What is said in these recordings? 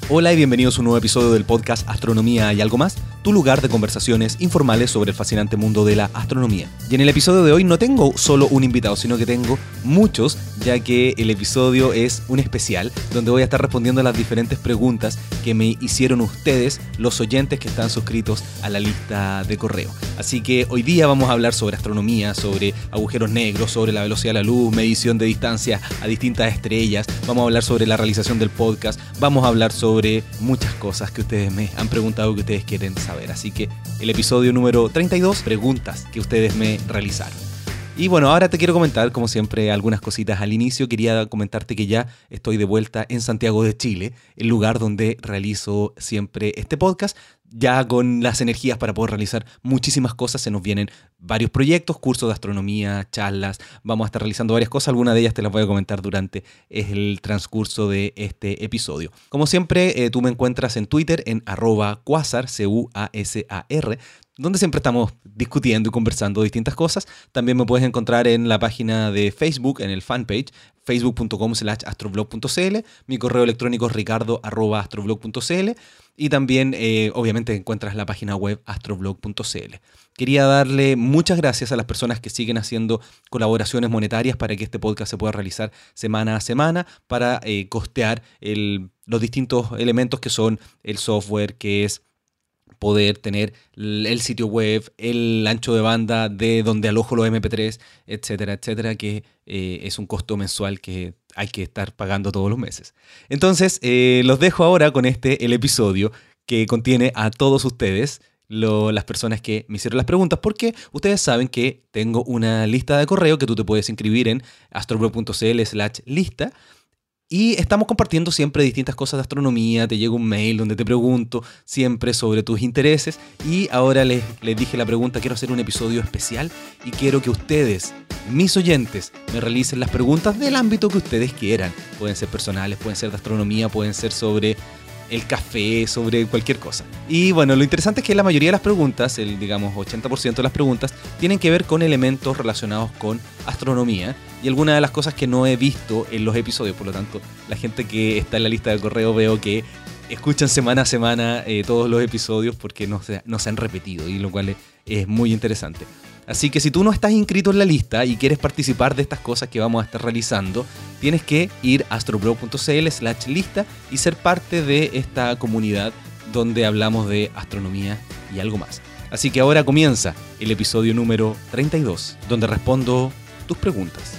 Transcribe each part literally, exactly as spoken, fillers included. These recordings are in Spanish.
Hola y bienvenidos a un nuevo episodio del podcast Astronomía y algo más, tu lugar de conversaciones informales sobre el fascinante mundo de la astronomía. Y en el episodio de hoy no tengo solo un invitado, sino que tengo muchos, ya que el episodio es un especial donde voy a estar respondiendo a las diferentes preguntas que me hicieron ustedes, los oyentes que están suscritos a la lista de correo. Así que hoy día vamos a hablar sobre astronomía, sobre agujeros negros, sobre la velocidad de la luz, medición de distancia a distintas estrellas, vamos a hablar sobre la realización del podcast, vamos a hablar sobre sobre muchas cosas que ustedes me han preguntado, que ustedes quieren saber. Así que el episodio número treinta y dos, preguntas que ustedes me realizaron. Y bueno, ahora te quiero comentar, como siempre, algunas cositas al inicio. Quería comentarte que ya estoy de vuelta en Santiago de Chile, el lugar donde realizo siempre este podcast. Ya con las energías para poder realizar muchísimas cosas, se nos vienen varios proyectos, cursos de astronomía, charlas, vamos a estar realizando varias cosas, algunas de ellas te las voy a comentar durante el transcurso de este episodio. Como siempre, eh, tú me encuentras en Twitter en arroba Quasar, C U A S A R, donde siempre estamos discutiendo y conversando distintas cosas. También me puedes encontrar en la página de Facebook, en el fanpage, facebook.com slash astroblog.cl, mi correo electrónico es ricardo arroba astroblog.cl y también eh, obviamente encuentras la página web astroblog punto c l. Quería darle muchas gracias a las personas que siguen haciendo colaboraciones monetarias para que este podcast se pueda realizar semana a semana, para eh, costear el, los distintos elementos que son el software, que es poder tener el sitio web, el ancho de banda de donde alojo los eme pe tres, etcétera, etcétera, que eh, es un costo mensual que hay que estar pagando todos los meses. Entonces, eh, los dejo ahora con este, el episodio que contiene a todos ustedes, lo, las personas que me hicieron las preguntas, porque ustedes saben que tengo una lista de correo que tú te puedes inscribir en astroblog.cl slash lista. Y estamos compartiendo siempre distintas cosas de astronomía, te llega un mail donde te pregunto siempre sobre tus intereses y ahora les, les dije la pregunta, quiero hacer un episodio especial y quiero que ustedes, mis oyentes, me realicen las preguntas del ámbito que ustedes quieran. Pueden ser personales, pueden ser de astronomía, pueden ser sobre el café, sobre cualquier cosa. Y bueno, lo interesante es que la mayoría de las preguntas, el digamos ochenta por ciento de las preguntas, tienen que ver con elementos relacionados con astronomía y algunas de las cosas que no he visto en los episodios. Por lo tanto, la gente que está en la lista de correo veo que escuchan semana a semana eh, todos los episodios porque no se, no se han repetido, y lo cual es, es muy interesante. Así que si tú no estás inscrito en la lista y quieres participar de estas cosas que vamos a estar realizando, tienes que ir a astroblog.cl slash lista y ser parte de esta comunidad donde hablamos de astronomía y algo más. Así que ahora comienza el episodio número treinta y dos, donde respondo tus preguntas.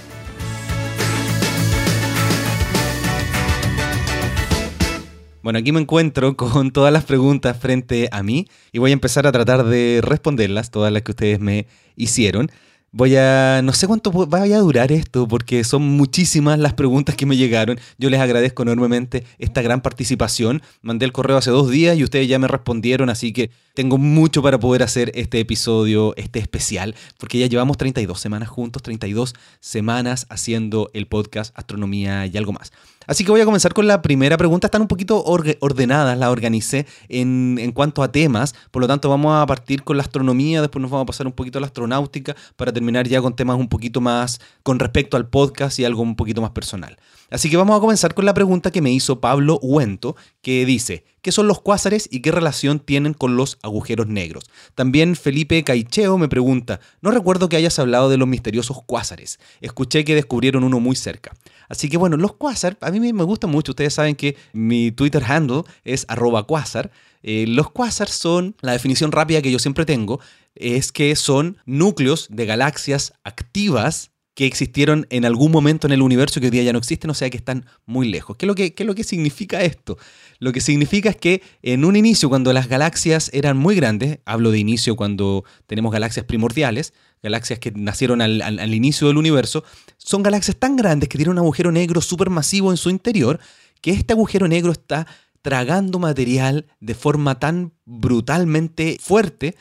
Bueno, aquí me encuentro con todas las preguntas frente a mí y voy a empezar a tratar de responderlas, todas las que ustedes me hicieron. Voy a... no sé cuánto vaya a durar esto porque son muchísimas las preguntas que me llegaron. Yo les agradezco enormemente esta gran participación. Mandé el correo hace dos días y ustedes ya me respondieron, así que tengo mucho para poder hacer este episodio, este especial, porque ya llevamos treinta y dos semanas juntos, treinta y dos semanas haciendo el podcast Astronomía y algo más. Así que voy a comenzar con la primera pregunta. Están un poquito ordenadas, las organicé en, en cuanto a temas. Por lo tanto, vamos a partir con la astronomía, después nos vamos a pasar un poquito a la astronáutica para terminar ya con temas un poquito más con respecto al podcast y algo un poquito más personal. Así que vamos a comenzar con la pregunta que me hizo Pablo Huento, que dice: ¿qué son los cuásares y qué relación tienen con los agujeros negros? También Felipe Caicheo me pregunta: no recuerdo que hayas hablado de los misteriosos cuásares. Escuché que descubrieron uno muy cerca. Así que bueno, los cuásares a mí me gustan mucho. Ustedes saben que mi Twitter handle es arroba cuásar. Eh, los cuásares son, la definición rápida que yo siempre tengo, es que son núcleos de galaxias activas que existieron en algún momento en el universo que hoy día ya no existen, o sea que están muy lejos. ¿Qué es lo que, qué es lo que significa esto? Lo que significa es que en un inicio, cuando las galaxias eran muy grandes, hablo de inicio cuando tenemos galaxias primordiales, galaxias que nacieron al, al, al inicio del universo, son galaxias tan grandes que tienen un agujero negro supermasivo en su interior, que este agujero negro está tragando material de forma tan brutalmente fuerte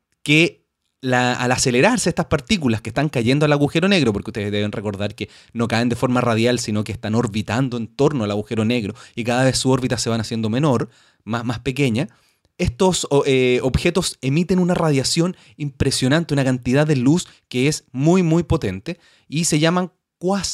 que La, al acelerarse estas partículas que están cayendo al agujero negro, porque ustedes deben recordar que no caen de forma radial, sino que están orbitando en torno al agujero negro y cada vez su órbita se van haciendo menor, más, más pequeña, estos eh, objetos emiten una radiación impresionante, una cantidad de luz que es muy muy potente y se llaman cuásar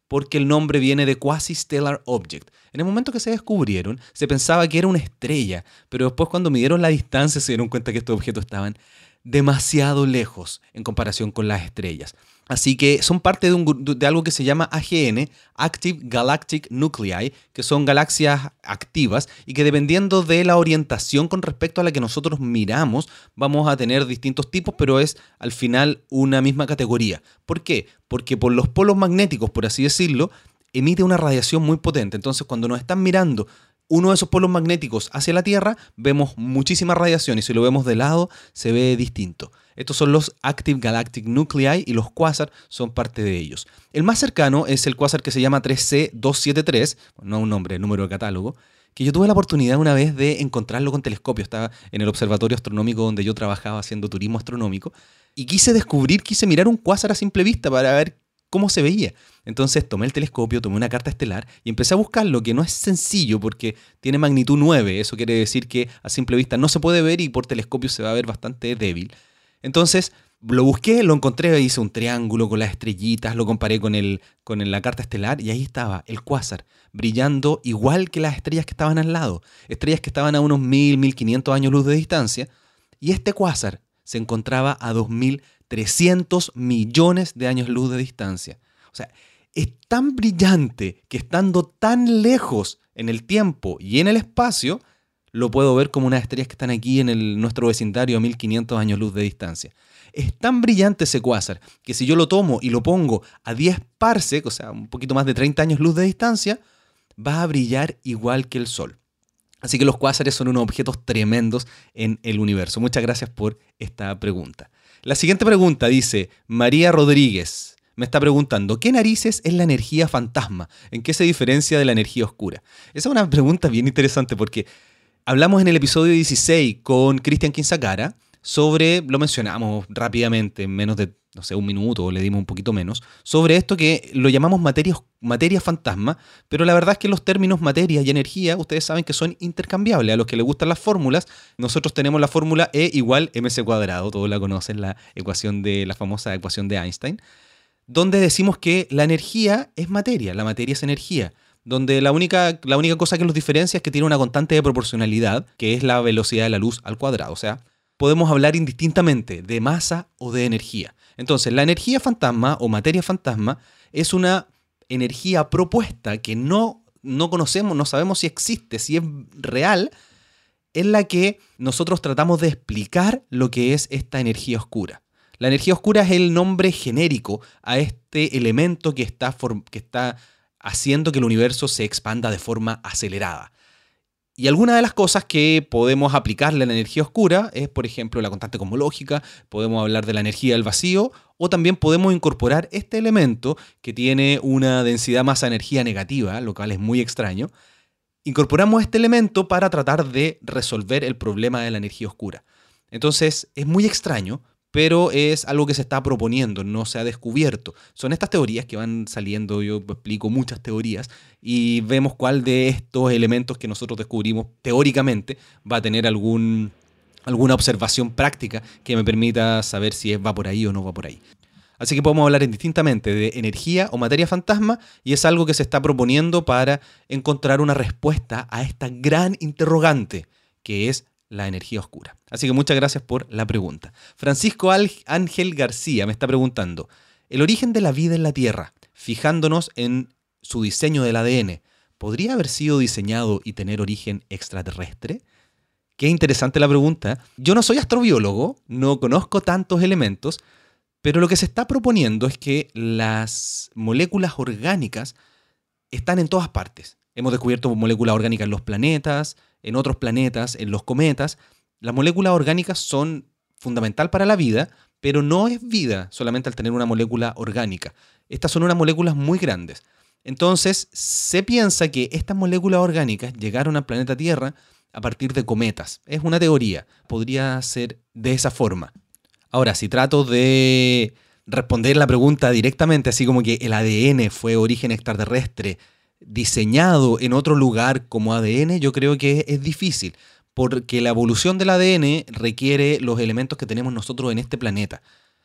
porque el nombre viene de Quasi-Stellar Object. En el momento que se descubrieron, se pensaba que era una estrella, pero después cuando midieron la distancia se dieron cuenta que estos objetos estaban demasiado lejos en comparación con las estrellas. Así que son parte de, un, de algo que se llama A G N, Active Galactic Nuclei, que son galaxias activas y que dependiendo de la orientación con respecto a la que nosotros miramos, vamos a tener distintos tipos, pero es al final una misma categoría. ¿Por qué? Porque por los polos magnéticos, por así decirlo, emite una radiación muy potente. Entonces, cuando nos están mirando uno de esos polos magnéticos hacia la Tierra, vemos muchísima radiación y si lo vemos de lado, se ve distinto. Estos son los Active Galactic Nuclei y los quasar son parte de ellos. El más cercano es el quasar que se llama tres C doscientos setenta y tres, no un nombre, número de catálogo, que yo tuve la oportunidad una vez de encontrarlo con telescopio. Estaba en el observatorio astronómico donde yo trabajaba haciendo turismo astronómico y quise descubrir, quise mirar un quasar a simple vista para ver cómo se veía. Entonces tomé el telescopio, tomé una carta estelar y empecé a buscarlo, que no es sencillo porque tiene magnitud nueve. Eso quiere decir que a simple vista no se puede ver y por telescopio se va a ver bastante débil. Entonces lo busqué, lo encontré, hice un triángulo con las estrellitas, lo comparé con, el, con la carta estelar y ahí estaba el quasar, brillando igual que las estrellas que estaban al lado. Estrellas que estaban a unos mil, mil quinientos años luz de distancia. Y este quasar se encontraba a dos mil trescientos millones de años luz de distancia. O sea, es tan brillante que estando tan lejos en el tiempo y en el espacio, lo puedo ver como unas estrellas que están aquí en el, nuestro vecindario a mil quinientos años luz de distancia. Es tan brillante ese quasar que si yo lo tomo y lo pongo a diez parsec, o sea, un poquito más de treinta años luz de distancia, va a brillar igual que el Sol. Así que los quasares son unos objetos tremendos en el universo. Muchas gracias por esta pregunta. La siguiente pregunta dice, María Rodríguez me está preguntando, ¿qué narices es la energía fantasma? ¿En qué se diferencia de la energía oscura? Esa es una pregunta bien interesante porque hablamos en el episodio dieciséis con Cristian Quinzacara sobre, lo mencionamos rápidamente, en menos de, no sé, un minuto, o le dimos un poquito menos, sobre esto que lo llamamos materia, materia fantasma, pero la verdad es que los términos materia y energía, ustedes saben que son intercambiables. A los que les gustan las fórmulas, nosotros tenemos la fórmula E igual mc cuadrado, todos la conocen, la ecuación de la famosa ecuación de Einstein, donde decimos que la energía es materia, la materia es energía, donde la única, la única cosa que los diferencia es que tiene una constante de proporcionalidad, que es la velocidad de la luz al cuadrado. O sea, podemos hablar indistintamente de masa o de energía. Entonces, la energía fantasma o materia fantasma es una energía propuesta que no, no conocemos, no sabemos si existe, si es real, en la que nosotros tratamos de explicar lo que es esta energía oscura. La energía oscura es el nombre genérico a este elemento que está, que está haciendo que el universo se expanda de forma acelerada. Y algunas de las cosas que podemos aplicarle a la energía oscura es, por ejemplo, la constante cosmológica, podemos hablar de la energía del vacío, o también podemos incorporar este elemento que tiene una densidad masa-energía negativa, lo cual es muy extraño. Incorporamos este elemento para tratar de resolver el problema de la energía oscura. Entonces, es muy extraño, pero es algo que se está proponiendo, no se ha descubierto. Son estas teorías que van saliendo, yo explico muchas teorías, y vemos cuál de estos elementos que nosotros descubrimos teóricamente va a tener algún, alguna observación práctica que me permita saber si va por ahí o no va por ahí. Así que podemos hablar indistintamente de energía o materia fantasma, y es algo que se está proponiendo para encontrar una respuesta a esta gran interrogante que es la energía oscura. Así que muchas gracias por la pregunta. Francisco Ángel García me está preguntando, el origen de la vida en la Tierra, fijándonos en su diseño del A D N, ¿podría haber sido diseñado y tener origen extraterrestre? Qué interesante la pregunta. Yo no soy astrobiólogo, no conozco tantos elementos, pero lo que se está proponiendo es que las moléculas orgánicas están en todas partes. Hemos descubierto moléculas orgánicas en los planetas, en otros planetas, en los cometas. Las moléculas orgánicas son fundamental para la vida, pero no es vida solamente al tener una molécula orgánica. Estas son unas moléculas muy grandes. Entonces, se piensa que estas moléculas orgánicas llegaron al planeta Tierra a partir de cometas. Es una teoría, podría ser de esa forma. Ahora, si trato de responder la pregunta directamente, así como que el A D N fue origen extraterrestre, diseñado en otro lugar como A D N, yo creo que es difícil, porque la evolución del A D N requiere los elementos que tenemos nosotros en este planeta.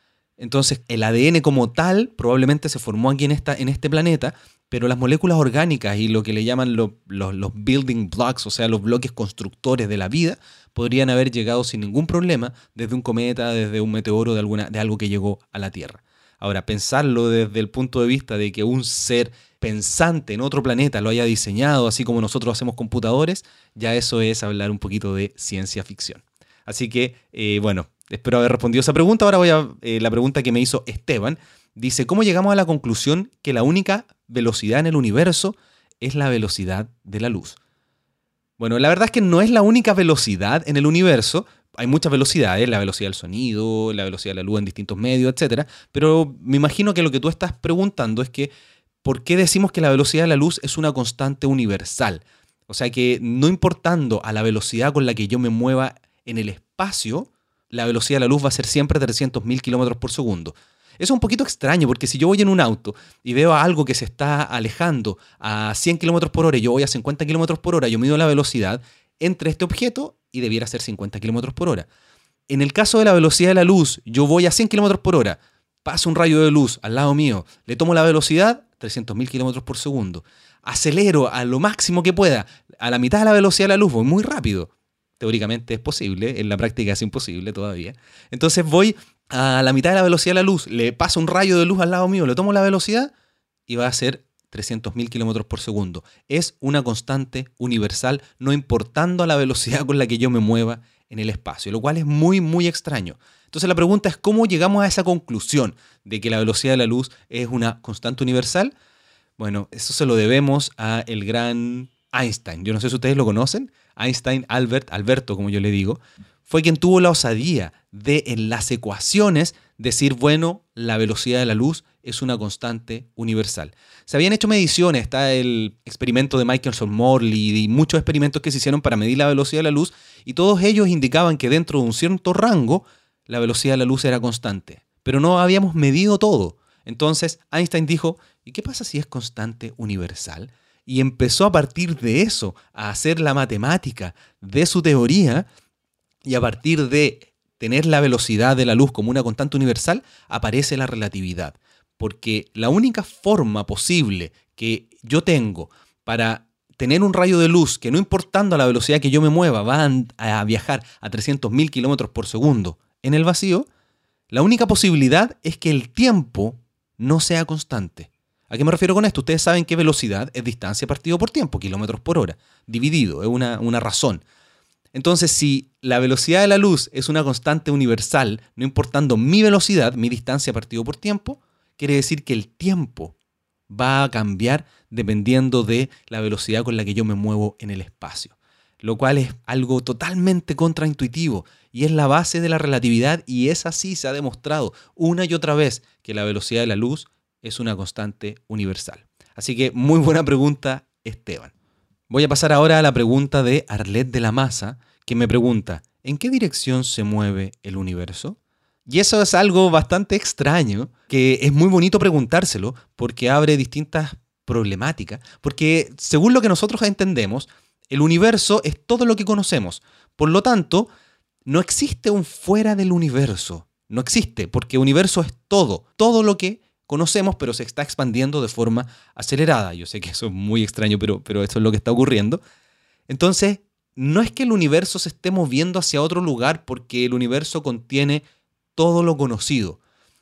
Entonces, el A D N como tal probablemente se formó aquí en, esta, en este planeta, pero las moléculas orgánicas y lo que le llaman lo, lo, los building blocks, o sea, los bloques constructores de la vida, podrían haber llegado sin ningún problema desde un cometa, desde un meteoro, de, alguna, de algo que llegó a la Tierra. Ahora, pensarlo desde el punto de vista de que un ser pensante en otro planeta lo haya diseñado, así como nosotros hacemos computadores, ya eso es hablar un poquito de ciencia ficción. Así que, eh, bueno, espero haber respondido esa pregunta. Ahora voy a eh, la pregunta que me hizo Esteban. Dice, ¿cómo llegamos a la conclusión que la única velocidad en el universo es la velocidad de la luz? Bueno, la verdad es que no es la única velocidad en el universo. Hay muchas velocidades, la velocidad del sonido, la velocidad de la luz en distintos medios, etcétera. Pero me imagino que lo que tú estás preguntando es que ¿por qué decimos que la velocidad de la luz es una constante universal? O sea que no importando a la velocidad con la que yo me mueva en el espacio, la velocidad de la luz va a ser siempre trescientos mil kilómetros por segundo. Eso es un poquito extraño porque si yo voy en un auto y veo a algo que se está alejando a cien kilómetros por hora y yo voy a cincuenta kilómetros por hora, yo mido la velocidad entre este objeto y debiera ser cincuenta kilómetros por hora. En el caso de la velocidad de la luz, yo voy a cien kilómetros por hora, pasa un rayo de luz al lado mío, le tomo la velocidad, trescientos mil kilómetros por segundo. Acelero a lo máximo que pueda, a la mitad de la velocidad de la luz, voy muy rápido. Teóricamente es posible, en la práctica es imposible todavía. Entonces voy a la mitad de la velocidad de la luz, le paso un rayo de luz al lado mío, le tomo la velocidad y va a ser trescientos mil kilómetros por segundo. Es una constante universal, no importando a la velocidad con la que yo me mueva en el espacio, lo cual es muy, muy extraño. Entonces la pregunta es, ¿cómo llegamos a esa conclusión de que la velocidad de la luz es una constante universal? Bueno, eso se lo debemos a el gran Einstein. Yo no sé si ustedes lo conocen. Einstein, Albert, Alberto, como yo le digo, fue quien tuvo la osadía de en las ecuaciones decir, bueno, la velocidad de la luz es una constante universal. Se habían hecho mediciones, está el experimento de Michelson-Morley y muchos experimentos que se hicieron para medir la velocidad de la luz y todos ellos indicaban que dentro de un cierto rango la velocidad de la luz era constante. Pero no habíamos medido todo. Entonces Einstein dijo, ¿y qué pasa si es constante universal? Y empezó a partir de eso a hacer la matemática de su teoría y a partir de tener la velocidad de la luz como una constante universal aparece la relatividad. Porque la única forma posible que yo tengo para tener un rayo de luz que no importando la velocidad que yo me mueva va a viajar a trescientos mil kilómetros por segundo en el vacío, la única posibilidad es que el tiempo no sea constante. ¿A qué me refiero con esto? Ustedes saben que velocidad es distancia partido por tiempo, kilómetros por hora, dividido, es una, una razón. Entonces, si la velocidad de la luz es una constante universal, no importando mi velocidad, mi distancia partido por tiempo, quiere decir que el tiempo va a cambiar dependiendo de la velocidad con la que yo me muevo en el espacio. Lo cual es algo totalmente contraintuitivo y es la base de la relatividad y es así, se ha demostrado una y otra vez que la velocidad de la luz es una constante universal. Así que muy buena pregunta, Esteban. Voy a pasar ahora a la pregunta de Arlet de la Maza, que me pregunta, ¿en qué dirección se mueve el universo? Y eso es algo bastante extraño, que es muy bonito preguntárselo porque abre distintas problemáticas, porque según lo que nosotros entendemos, el universo es todo lo que conocemos. Por lo tanto, no existe un fuera del universo. No existe, porque universo es todo, todo lo que conocemos, pero se está expandiendo de forma acelerada. Yo sé que eso es muy extraño, pero, pero eso es lo que está ocurriendo. Entonces, no es que el universo se esté moviendo hacia otro lugar porque el universo contiene todo lo conocido.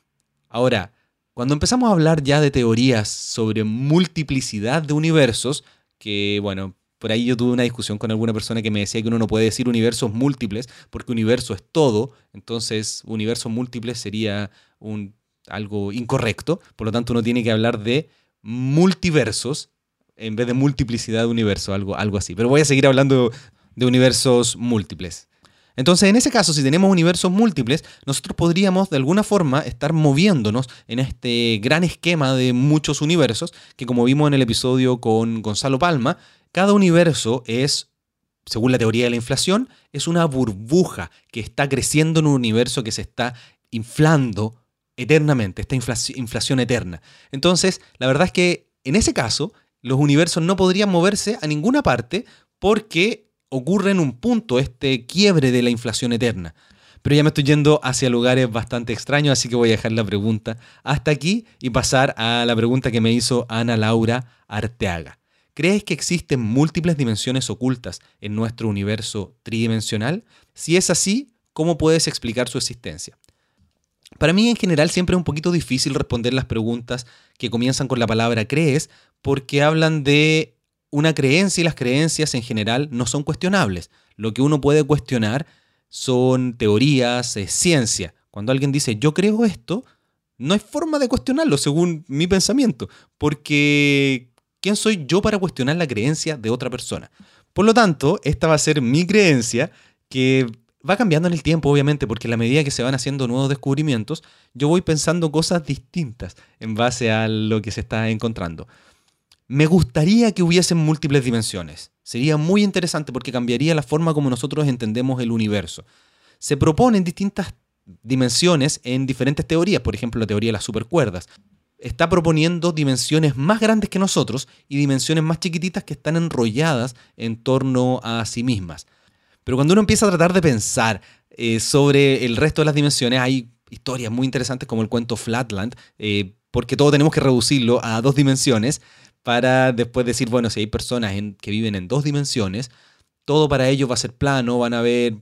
Ahora, cuando empezamos a hablar ya de teorías sobre multiplicidad de universos, que bueno, por ahí yo tuve una discusión con alguna persona que me decía que uno no puede decir universos múltiples porque universo es todo, entonces universos múltiples sería un algo incorrecto, por lo tanto uno tiene que hablar de multiversos en vez de multiplicidad de universos, algo, algo así. Pero voy a seguir hablando de universos múltiples. Entonces, en ese caso, si tenemos universos múltiples, nosotros podríamos de alguna forma estar moviéndonos en este gran esquema de muchos universos, que como vimos en el episodio con Gonzalo Palma, cada universo es, según la teoría de la inflación, es una burbuja que está creciendo en un universo que se está inflando eternamente, esta inflación, inflación eterna. Entonces, la verdad es que en ese caso, los universos no podrían moverse a ninguna parte porque ocurre en un punto este quiebre de la inflación eterna. Pero ya me estoy yendo hacia lugares bastante extraños, así que voy a dejar la pregunta hasta aquí y pasar a la pregunta que me hizo Ana Laura Arteaga. ¿Crees que existen múltiples dimensiones ocultas en nuestro universo tridimensional? Si es así, ¿cómo puedes explicar su existencia? Para mí, en general, siempre es un poquito difícil responder las preguntas que comienzan con la palabra crees, porque hablan de una creencia y las creencias en general no son cuestionables. Lo que uno puede cuestionar son teorías, es ciencia. Cuando alguien dice yo creo esto, no hay forma de cuestionarlo según mi pensamiento, porque ¿quién soy yo para cuestionar la creencia de otra persona? Por lo tanto, esta va a ser mi creencia, que va cambiando en el tiempo, obviamente, porque a la medida que se van haciendo nuevos descubrimientos, yo voy pensando cosas distintas en base a lo que se está encontrando. Me gustaría que hubiesen múltiples dimensiones. Sería muy interesante porque cambiaría la forma como nosotros entendemos el universo. Se proponen distintas dimensiones en diferentes teorías, por ejemplo, la teoría de las supercuerdas. Está proponiendo dimensiones más grandes que nosotros y dimensiones más chiquititas que están enrolladas en torno a sí mismas. Pero cuando uno empieza a tratar de pensar eh, sobre el resto de las dimensiones, hay historias muy interesantes como el cuento Flatland, eh, porque todo tenemos que reducirlo a dos dimensiones para después decir, bueno, si hay personas en, que viven en dos dimensiones, todo para ellos va a ser plano, van a ver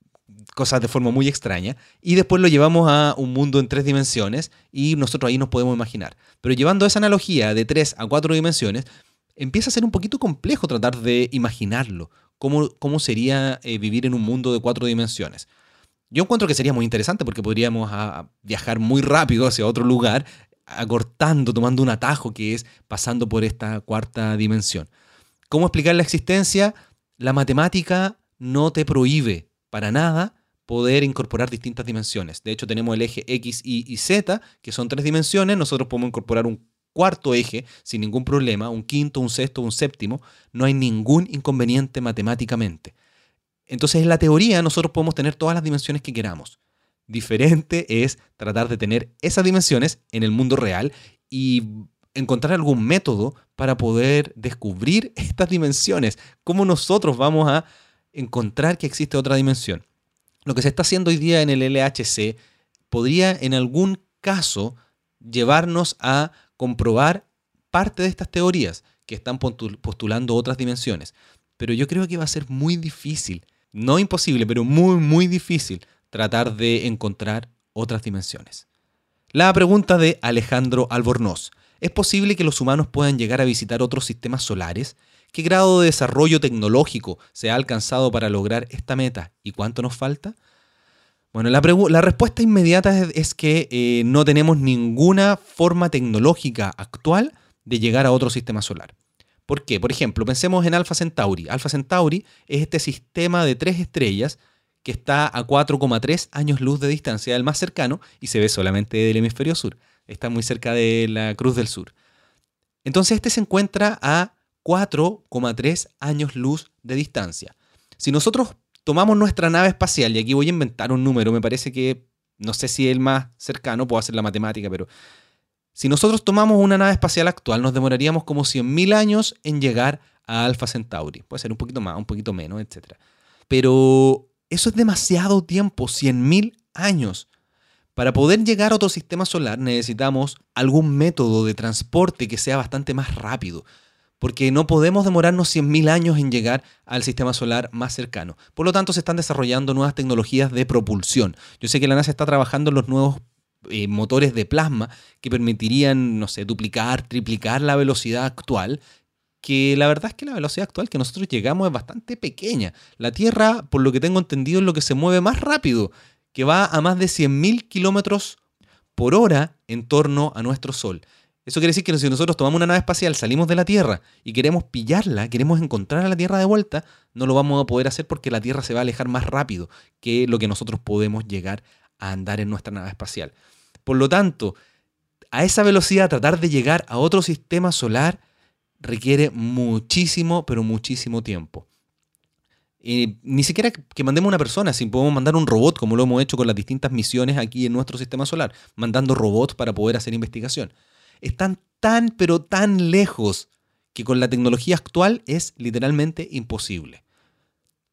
cosas de forma muy extraña, y después lo llevamos a un mundo en tres dimensiones y nosotros ahí nos podemos imaginar. Pero llevando esa analogía de tres a cuatro dimensiones, empieza a ser un poquito complejo tratar de imaginarlo. ¿Cómo, cómo sería eh, vivir en un mundo de cuatro dimensiones? Yo encuentro que sería muy interesante porque podríamos a, a viajar muy rápido hacia otro lugar, acortando, tomando un atajo que es pasando por esta cuarta dimensión. ¿Cómo explicar la existencia? La matemática no te prohíbe para nada poder incorporar distintas dimensiones. De hecho, tenemos el eje X, Y y Z, que son tres dimensiones. Nosotros podemos incorporar un cuarto eje sin ningún problema, un quinto, un sexto, un séptimo. No hay ningún inconveniente matemáticamente. Entonces, en la teoría, nosotros podemos tener todas las dimensiones que queramos. Diferente es tratar de tener esas dimensiones en el mundo real y encontrar algún método para poder descubrir estas dimensiones. ¿Cómo nosotros vamos a encontrar que existe otra dimensión? Lo que se está haciendo hoy día en el L H C podría en algún caso llevarnos a comprobar parte de estas teorías que están postulando otras dimensiones. Pero yo creo que va a ser muy difícil, no imposible, pero muy, muy difícil tratar de encontrar otras dimensiones. La pregunta de Alejandro Albornoz. ¿Es posible que los humanos puedan llegar a visitar otros sistemas solares? ¿Qué grado de desarrollo tecnológico se ha alcanzado para lograr esta meta y cuánto nos falta? Bueno, la, pregu- la respuesta inmediata es, es que eh, no tenemos ninguna forma tecnológica actual de llegar a otro sistema solar. ¿Por qué? Por ejemplo, pensemos en Alpha Centauri. Alpha Centauri es este sistema de tres estrellas que está a cuatro coma tres años luz de distancia del más cercano y se ve solamente del hemisferio sur. Está muy cerca de la Cruz del Sur. Entonces este se encuentra a cuatro coma tres años luz de distancia. Si nosotros tomamos nuestra nave espacial, y aquí voy a inventar un número, me parece que, no sé si es el más cercano, puedo hacer la matemática, pero si nosotros tomamos una nave espacial actual, nos demoraríamos como cien mil años en llegar a Alpha Centauri. Puede ser un poquito más, un poquito menos, etcétera. Pero eso es demasiado tiempo, cien mil años. Para poder llegar a otro sistema solar necesitamos algún método de transporte que sea bastante más rápido, porque no podemos demorarnos cien mil años en llegar al sistema solar más cercano. Por lo tanto, se están desarrollando nuevas tecnologías de propulsión. Yo sé que la NASA está trabajando en los nuevos eh, motores de plasma que permitirían, no sé, duplicar, triplicar la velocidad actual, que la verdad es que la velocidad actual que nosotros llegamos es bastante pequeña. La Tierra, por lo que tengo entendido, es lo que se mueve más rápido, que va a más de cien mil kilómetros por hora en torno a nuestro Sol. Eso quiere decir que si nosotros tomamos una nave espacial, salimos de la Tierra y queremos pillarla, queremos encontrar a la Tierra de vuelta, no lo vamos a poder hacer porque la Tierra se va a alejar más rápido que lo que nosotros podemos llegar a andar en nuestra nave espacial. Por lo tanto, a esa velocidad, tratar de llegar a otro sistema solar requiere muchísimo, pero muchísimo tiempo. Eh, ni siquiera que mandemos una persona, si podemos mandar un robot, como lo hemos hecho con las distintas misiones aquí en nuestro sistema solar, mandando robots para poder hacer investigación. Están tan, pero tan lejos que con la tecnología actual es literalmente imposible.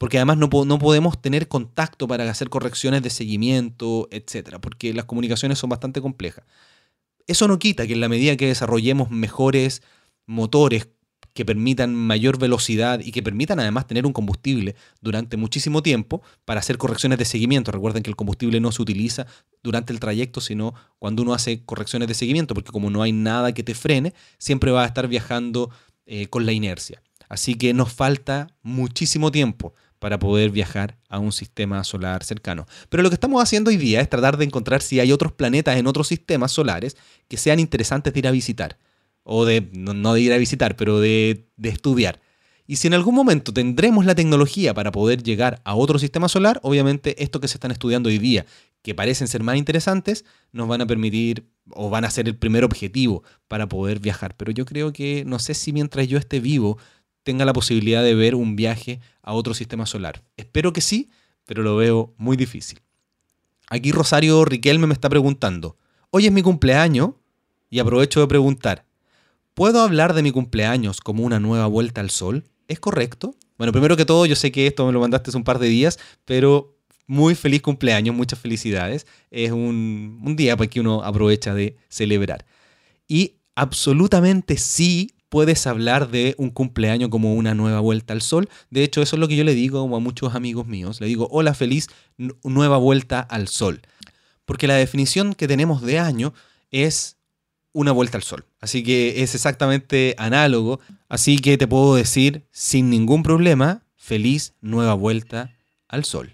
porque además no, po- no podemos tener contacto para hacer correcciones de seguimiento, etcétera, porque las comunicaciones son bastante complejas. Eso no quita que en la medida que desarrollemos mejores motores que permitan mayor velocidad y que permitan además tener un combustible durante muchísimo tiempo para hacer correcciones de seguimiento. Recuerden que el combustible no se utiliza durante el trayecto, sino cuando uno hace correcciones de seguimiento, porque como no hay nada que te frene, siempre vas a estar viajando eh, con la inercia. Así que nos falta muchísimo tiempo para poder viajar a un sistema solar cercano. Pero lo que estamos haciendo hoy día es tratar de encontrar si hay otros planetas en otros sistemas solares que sean interesantes de ir a visitar. O de, no, no de ir a visitar, pero de, de estudiar. Y si en algún momento tendremos la tecnología para poder llegar a otro sistema solar, obviamente esto que se están estudiando hoy día, que parecen ser más interesantes, nos van a permitir o van a ser el primer objetivo para poder viajar. Pero yo creo que no sé si mientras yo esté vivo tenga la posibilidad de ver un viaje a otro sistema solar. Espero que sí, pero lo veo muy difícil. Aquí Rosario Riquelme me está preguntando, hoy es mi cumpleaños y aprovecho de preguntar, ¿puedo hablar de mi cumpleaños como una nueva vuelta al sol? ¿Es correcto? Bueno, primero que todo, yo sé que esto me lo mandaste hace un par de días, pero muy feliz cumpleaños, muchas felicidades. Es un, un día para que uno aprovecha de celebrar. Y absolutamente sí puedes hablar de un cumpleaños como una nueva vuelta al sol. De hecho, eso es lo que yo le digo a muchos amigos míos. Le digo, hola, feliz nueva vuelta al sol. Porque la definición que tenemos de año es una vuelta al sol. Así que es exactamente análogo. Así que te puedo decir sin ningún problema, feliz nueva vuelta al sol.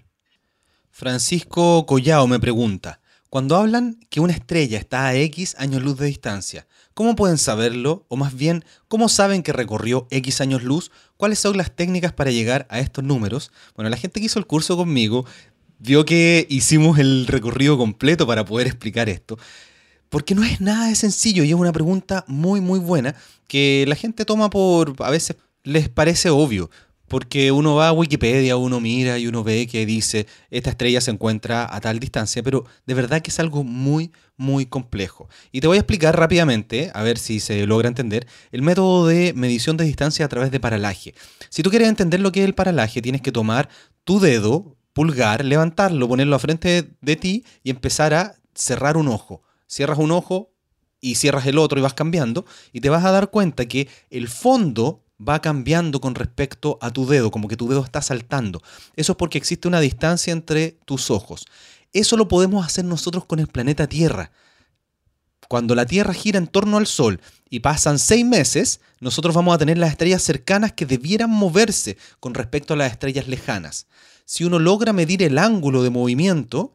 Francisco Collao me pregunta, cuando hablan que una estrella está a X años luz de distancia, ¿cómo pueden saberlo? O más bien, ¿cómo saben que recorrió X años luz? ¿Cuáles son las técnicas para llegar a estos números? Bueno, la gente que hizo el curso conmigo vio que hicimos el recorrido completo para poder explicar esto. Porque no es nada de sencillo y es una pregunta muy muy buena que la gente toma por, a veces les parece obvio, porque uno va a Wikipedia, uno mira y uno ve que dice esta estrella se encuentra a tal distancia, pero de verdad que es algo muy muy complejo. Y te voy a explicar rápidamente, a ver si se logra entender, el método de medición de distancia a través de paralaje. Si tú quieres entender lo que es el paralaje, tienes que tomar tu dedo pulgar, levantarlo, ponerlo a frente de ti y empezar a cerrar un ojo. Cierras un ojo y cierras el otro y vas cambiando y te vas a dar cuenta que el fondo va cambiando con respecto a tu dedo, como que tu dedo está saltando. Eso es porque existe una distancia entre tus ojos. Eso lo podemos hacer nosotros con el planeta Tierra. Cuando la Tierra gira en torno al Sol y pasan seis meses, nosotros vamos a tener las estrellas cercanas que debieran moverse con respecto a las estrellas lejanas. Si uno logra medir el ángulo de movimiento,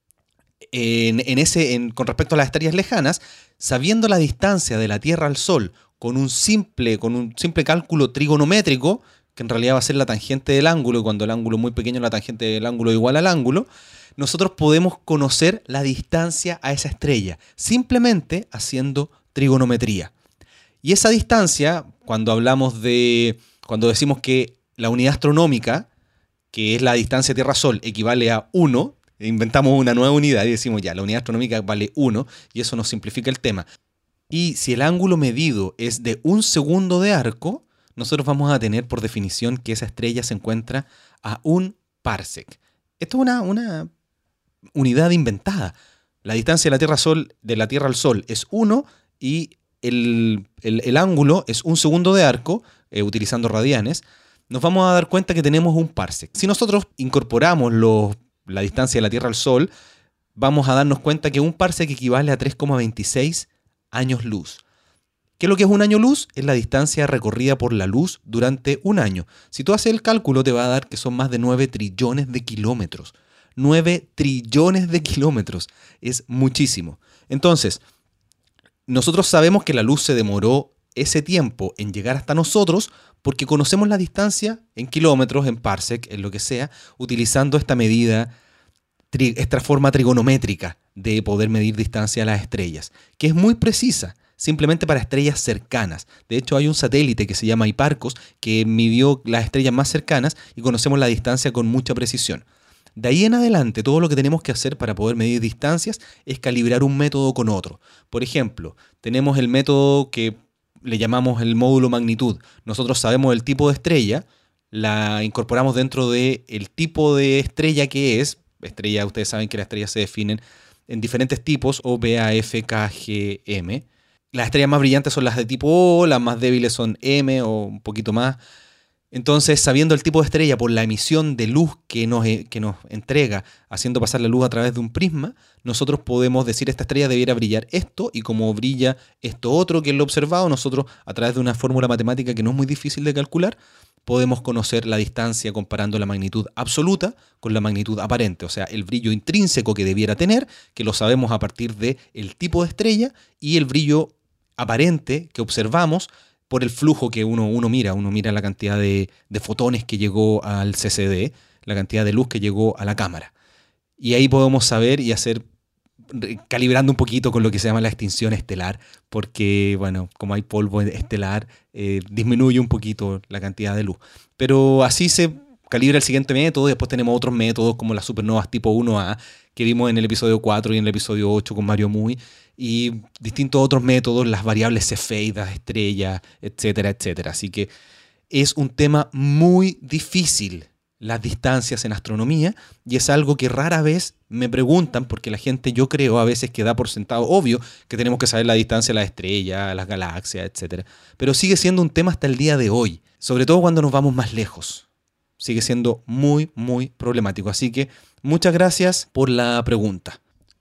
En, en ese, en, con respecto a las estrellas lejanas, sabiendo la distancia de la Tierra al Sol con un simple, con un simple cálculo trigonométrico, que en realidad va a ser la tangente del ángulo, y cuando el ángulo es muy pequeño, la tangente del ángulo es igual al ángulo, nosotros podemos conocer la distancia a esa estrella, simplemente haciendo trigonometría. Y esa distancia, cuando hablamos de, cuando decimos que la unidad astronómica, que es la distancia Tierra-Sol, equivale a uno, inventamos una nueva unidad y decimos ya, la unidad astronómica vale uno y eso nos simplifica el tema. Y si el ángulo medido es de un segundo de arco, nosotros vamos a tener por definición que esa estrella se encuentra a un parsec. Esto es una, una unidad inventada. La distancia de la Tierra, Sol, de la Tierra al Sol es uno y el, el, el ángulo es un segundo de arco, eh, utilizando radianes. Nos vamos a dar cuenta que tenemos un parsec. Si nosotros incorporamos los la distancia de la Tierra al Sol, vamos a darnos cuenta que un parsec equivale a tres coma veintiséis años luz. ¿Qué es lo que es un año luz? Es la distancia recorrida por la luz durante un año. Si tú haces el cálculo, te va a dar que son más de nueve trillones de kilómetros. nueve trillones de kilómetros. Es muchísimo. Entonces, nosotros sabemos que la luz se demoró ese tiempo en llegar hasta nosotros porque conocemos la distancia en kilómetros, en parsec, en lo que sea, utilizando esta medida, esta forma trigonométrica de poder medir distancia a las estrellas, que es muy precisa, simplemente para estrellas cercanas. De hecho, hay un satélite que se llama Hipparcos que midió las estrellas más cercanas y conocemos la distancia con mucha precisión. De ahí en adelante, todo lo que tenemos que hacer para poder medir distancias es calibrar un método con otro. Por ejemplo, tenemos el método que le llamamos el módulo magnitud. Nosotros sabemos el tipo de estrella, la incorporamos dentro del tipo de estrella que es. Estrella, ustedes saben que las estrellas se definen en diferentes tipos, O, B, A, F, K, G, M. Las estrellas más brillantes son las de tipo O, las más débiles son M o un poquito más. Entonces, sabiendo el tipo de estrella por la emisión de luz que nos, que nos entrega, haciendo pasar la luz a través de un prisma, nosotros podemos decir esta estrella debiera brillar esto, y como brilla esto otro que es lo observado, nosotros a través de una fórmula matemática que no es muy difícil de calcular, podemos conocer la distancia comparando la magnitud absoluta con la magnitud aparente, o sea, el brillo intrínseco que debiera tener, que lo sabemos a partir del tipo de estrella, y el brillo aparente que observamos por el flujo que uno, uno mira. Uno mira la cantidad de, de fotones que llegó al C C D, la cantidad de luz que llegó a la cámara. Y ahí podemos saber y hacer, calibrando un poquito con lo que se llama la extinción estelar, porque, bueno, como hay polvo estelar, eh, disminuye un poquito la cantidad de luz. Pero así se calibra el siguiente método, y después tenemos otros métodos como las supernovas tipo uno A, que vimos en el episodio cuatro y en el episodio ocho con Mario Muy, y distintos otros métodos, las variables cefeidas, estrellas, etcétera, etcétera. Así que es un tema muy difícil, las distancias en astronomía, y es algo que rara vez me preguntan, porque la gente, yo creo, a veces que da por sentado, obvio, que tenemos que saber la distancia a las estrellas, a las galaxias, etcétera. Pero sigue siendo un tema hasta el día de hoy, sobre todo cuando nos vamos más lejos. Sigue siendo muy, muy problemático. Así que muchas gracias por la pregunta.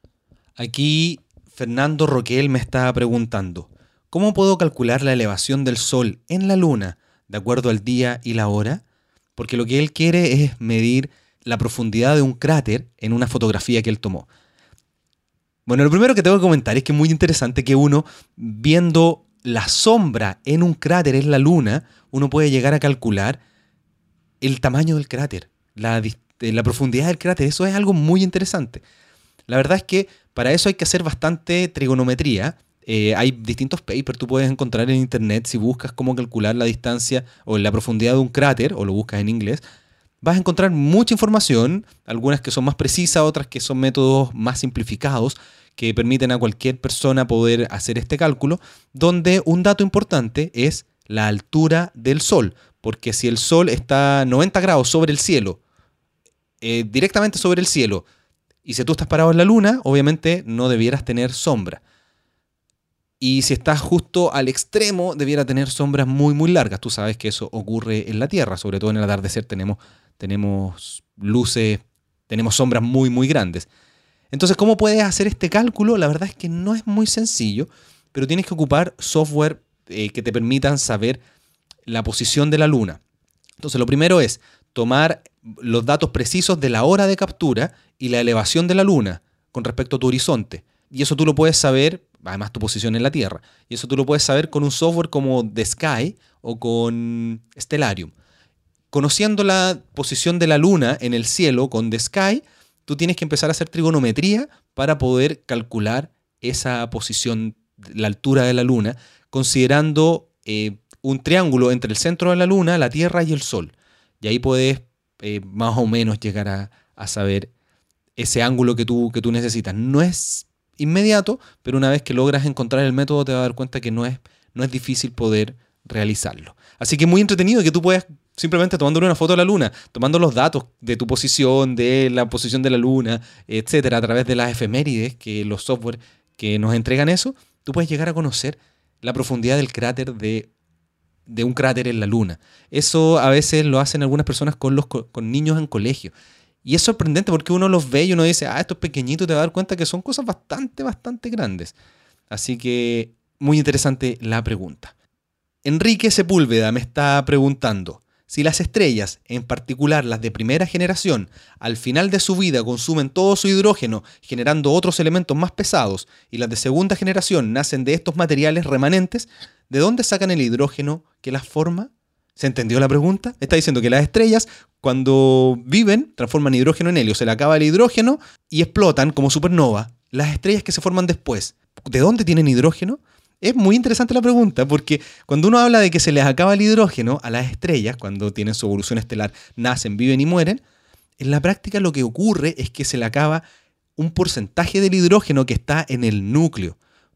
Aquí Fernando Roquel me está preguntando, ¿cómo puedo calcular la elevación del Sol en la Luna de acuerdo al día y la hora? Porque lo que él quiere es medir la profundidad de un cráter en una fotografía que él tomó. Bueno, lo primero que tengo que comentar es que es muy interesante que uno, viendo la sombra en un cráter en la Luna, uno puede llegar a calcular el tamaño del cráter, la, la profundidad del cráter. Eso es algo muy interesante. La verdad es que para eso hay que hacer bastante trigonometría. Eh, hay distintos papers, tú puedes encontrar en internet, si buscas cómo calcular la distancia o la profundidad de un cráter, o lo buscas en inglés, vas a encontrar mucha información, algunas que son más precisas, otras que son métodos más simplificados, que permiten a cualquier persona poder hacer este cálculo, donde un dato importante es la altura del Sol, porque si el Sol está noventa grados sobre el cielo, eh, directamente sobre el cielo, y si tú estás parado en la Luna, obviamente no debieras tener sombra. Y si estás justo al extremo, debiera tener sombras muy, muy largas. Tú sabes que eso ocurre en la Tierra, sobre todo en el atardecer tenemos, tenemos luces, tenemos sombras muy, muy grandes. Entonces, ¿cómo puedes hacer este cálculo? La verdad es que no es muy sencillo, pero tienes que ocupar software eh, que te permitan saber la posición de la Luna. Entonces, lo primero es tomar los datos precisos de la hora de captura y la elevación de la Luna con respecto a tu horizonte. Y eso tú lo puedes saber, además tu posición en la Tierra, y eso tú lo puedes saber con un software como The Sky o con Stellarium. Conociendo la posición de la Luna en el cielo con The Sky, tú tienes que empezar a hacer trigonometría para poder calcular esa posición, la altura de la Luna, considerando eh, un triángulo entre el centro de la Luna, la Tierra y el Sol. Y ahí puedes eh, más o menos llegar a, a saber ese ángulo que tú, que tú necesitas. No es inmediato, pero una vez que logras encontrar el método te vas a dar cuenta que no es, no es difícil poder realizarlo. Así que es muy entretenido que tú puedas, simplemente tomándole una foto a la Luna, tomando los datos de tu posición, de la posición de la Luna, etcétera, a través de las efemérides, que los software que nos entregan eso, tú puedes llegar a conocer la profundidad del cráter de, de un cráter en la Luna. Eso a veces lo hacen algunas personas con, los, con niños en colegio. Y es sorprendente porque uno los ve y uno dice, ah, esto es pequeñito, y te vas a dar cuenta que son cosas bastante, bastante grandes. Así que muy interesante la pregunta. Enrique Sepúlveda me está preguntando, si las estrellas, en particular las de primera generación, al final de su vida consumen todo su hidrógeno generando otros elementos más pesados, y las de segunda generación nacen de estos materiales remanentes, ¿de dónde sacan el hidrógeno que las forma? ¿Se entendió la pregunta? Está diciendo que las estrellas, cuando viven, transforman hidrógeno en helio, se le acaba el hidrógeno y explotan como supernova. Las estrellas que se forman después, ¿de dónde tienen hidrógeno? Es muy interesante la pregunta, porque cuando uno habla de que se les acaba el hidrógeno a las estrellas, cuando tienen su evolución estelar, nacen, viven y mueren, en la práctica lo que ocurre es que se le acaba un porcentaje del hidrógeno que está en el núcleo.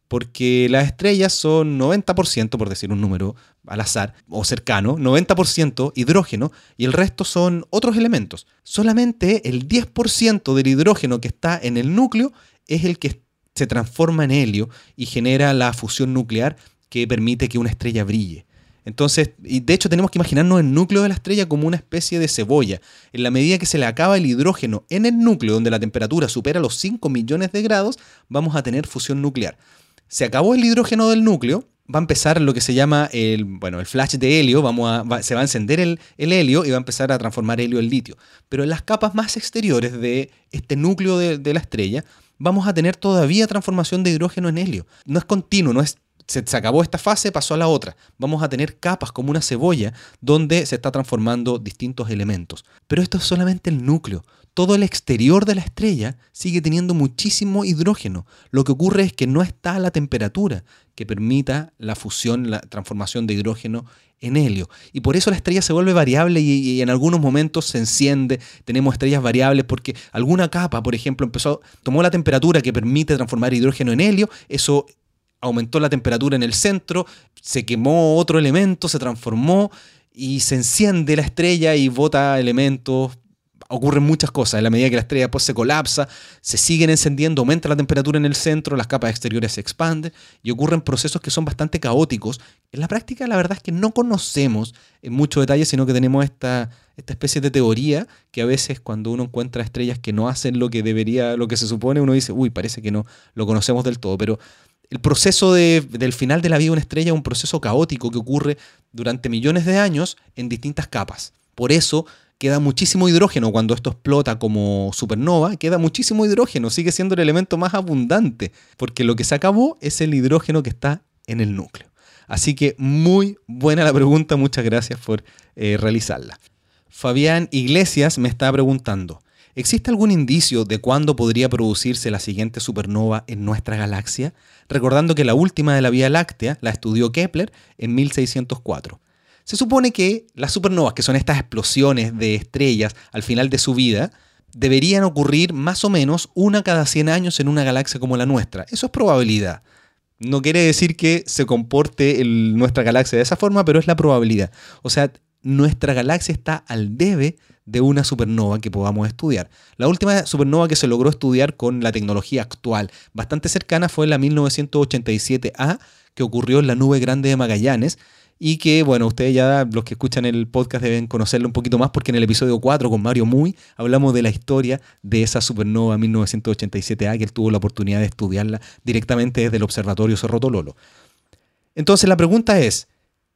porque las estrellas son noventa por ciento, por decir un número al azar o cercano, noventa por ciento hidrógeno y el resto son otros elementos. Solamente el diez por ciento del hidrógeno que está en el núcleo es el que se transforma en helio y genera la fusión nuclear que permite que una estrella brille. Entonces, y de hecho tenemos que imaginarnos el núcleo de la estrella como una especie de cebolla. En la medida que se le acaba el hidrógeno en el núcleo, donde la temperatura supera los cinco millones de grados, vamos a tener fusión nuclear. Se acabó el hidrógeno del núcleo, va a empezar lo que se llama el, bueno, el flash de helio, vamos a, va, se va a encender el, el helio y va a empezar a transformar helio en litio. Pero en las capas más exteriores de este núcleo de, de la estrella, vamos a tener todavía transformación de hidrógeno en helio. No es continuo, no es Se, se acabó esta fase, pasó a la otra. Vamos a tener capas como una cebolla donde se está transformando distintos elementos. Pero esto es solamente el núcleo. Todo el exterior de la estrella sigue teniendo muchísimo hidrógeno. Lo que ocurre es que no está a la temperatura que permita la fusión, la transformación de hidrógeno en helio. Y por eso la estrella se vuelve variable y, y en algunos momentos se enciende. Tenemos estrellas variables porque alguna capa, por ejemplo, empezó, tomó la temperatura que permite transformar hidrógeno en helio. Eso aumentó la temperatura en el centro, se quemó otro elemento, se transformó y se enciende la estrella y bota elementos. Ocurren muchas cosas. En la medida que la estrella después se colapsa, se siguen encendiendo, aumenta la temperatura en el centro, las capas exteriores se expanden y ocurren procesos que son bastante caóticos. En la práctica, la verdad es que no conocemos en mucho detalle, sino que tenemos esta, esta especie de teoría que a veces cuando uno encuentra estrellas que no hacen lo que debería, lo que se supone, uno dice, uy, parece que no lo conocemos del todo, pero el proceso de, del final de la vida de una estrella es un proceso caótico que ocurre durante millones de años en distintas capas. Por eso queda muchísimo hidrógeno cuando esto explota como supernova, queda muchísimo hidrógeno, sigue siendo el elemento más abundante, porque lo que se acabó es el hidrógeno que está en el núcleo. Así que muy buena la pregunta, muchas gracias por eh, realizarla. Fabián Iglesias me está preguntando, ¿existe algún indicio de cuándo podría producirse la siguiente supernova en nuestra galaxia? Recordando que la última de la Vía Láctea la estudió Kepler en mil seiscientos cuatro. Se supone que las supernovas, que son estas explosiones de estrellas al final de su vida, deberían ocurrir más o menos una cada cien años en una galaxia como la nuestra. Eso es probabilidad. No quiere decir que se comporte el, nuestra galaxia de esa forma, pero es la probabilidad. O sea, nuestra galaxia está al debe de una supernova que podamos estudiar. La última supernova que se logró estudiar con la tecnología actual, bastante cercana, fue la mil novecientos ochenta y siete A, que ocurrió en la Nube Grande de Magallanes, y que, bueno, ustedes ya, los que escuchan el podcast, deben conocerlo un poquito más porque en el episodio cuatro con Mario Muy hablamos de la historia de esa supernova mil novecientos ochenta y siete A, que él tuvo la oportunidad de estudiarla directamente desde el Observatorio Cerro Tololo. Entonces la pregunta es,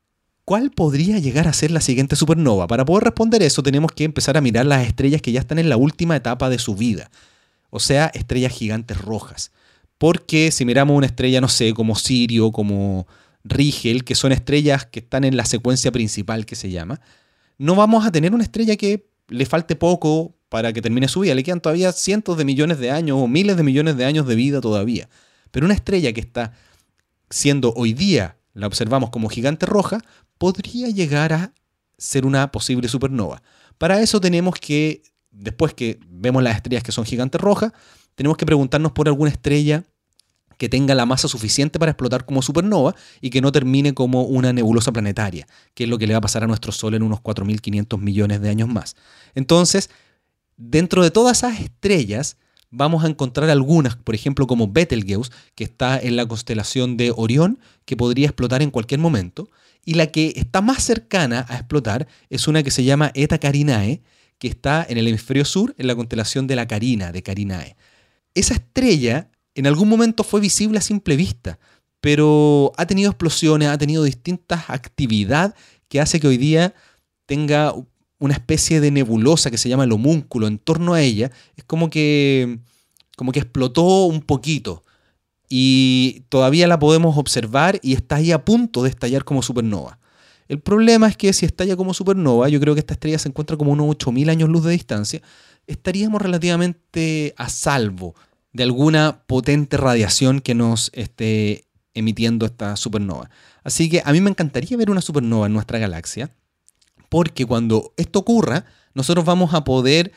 ¿cuál podría llegar a ser la siguiente supernova? Para poder responder eso tenemos que empezar a mirar las estrellas que ya están en la última etapa de su vida, o sea, estrellas gigantes rojas. Porque si miramos una estrella, no sé, como Sirio, como Rigel, que son estrellas que están en la secuencia principal que se llama, no vamos a tener una estrella que le falte poco para que termine su vida. Le quedan todavía cientos de millones de años o miles de millones de años de vida todavía. Pero una estrella que está siendo hoy día, la observamos como gigante roja, podría llegar a ser una posible supernova. Para eso tenemos que, después que vemos las estrellas que son gigantes rojas, tenemos que preguntarnos por alguna estrella que tenga la masa suficiente para explotar como supernova y que no termine como una nebulosa planetaria, que es lo que le va a pasar a nuestro Sol en unos cuatro mil quinientos millones de años más. Entonces, dentro de todas esas estrellas, vamos a encontrar algunas, por ejemplo, como Betelgeuse, que está en la constelación de Orión, que podría explotar en cualquier momento, y la que está más cercana a explotar es una que se llama Eta Carinae, que está en el hemisferio sur, en la constelación de la Carina, de Carinae. Esa estrella en algún momento fue visible a simple vista, pero ha tenido explosiones, ha tenido distintas actividades que hace que hoy día tenga una especie de nebulosa que se llama el homúnculo en torno a ella. Es como que, como que explotó un poquito y todavía la podemos observar y está ahí a punto de estallar como supernova. El problema es que si estalla como supernova, yo creo que esta estrella se encuentra como unos ocho mil años luz de distancia, estaríamos relativamente a salvo de alguna potente radiación que nos esté emitiendo esta supernova. Así que a mí me encantaría ver una supernova en nuestra galaxia, porque cuando esto ocurra, nosotros vamos a poder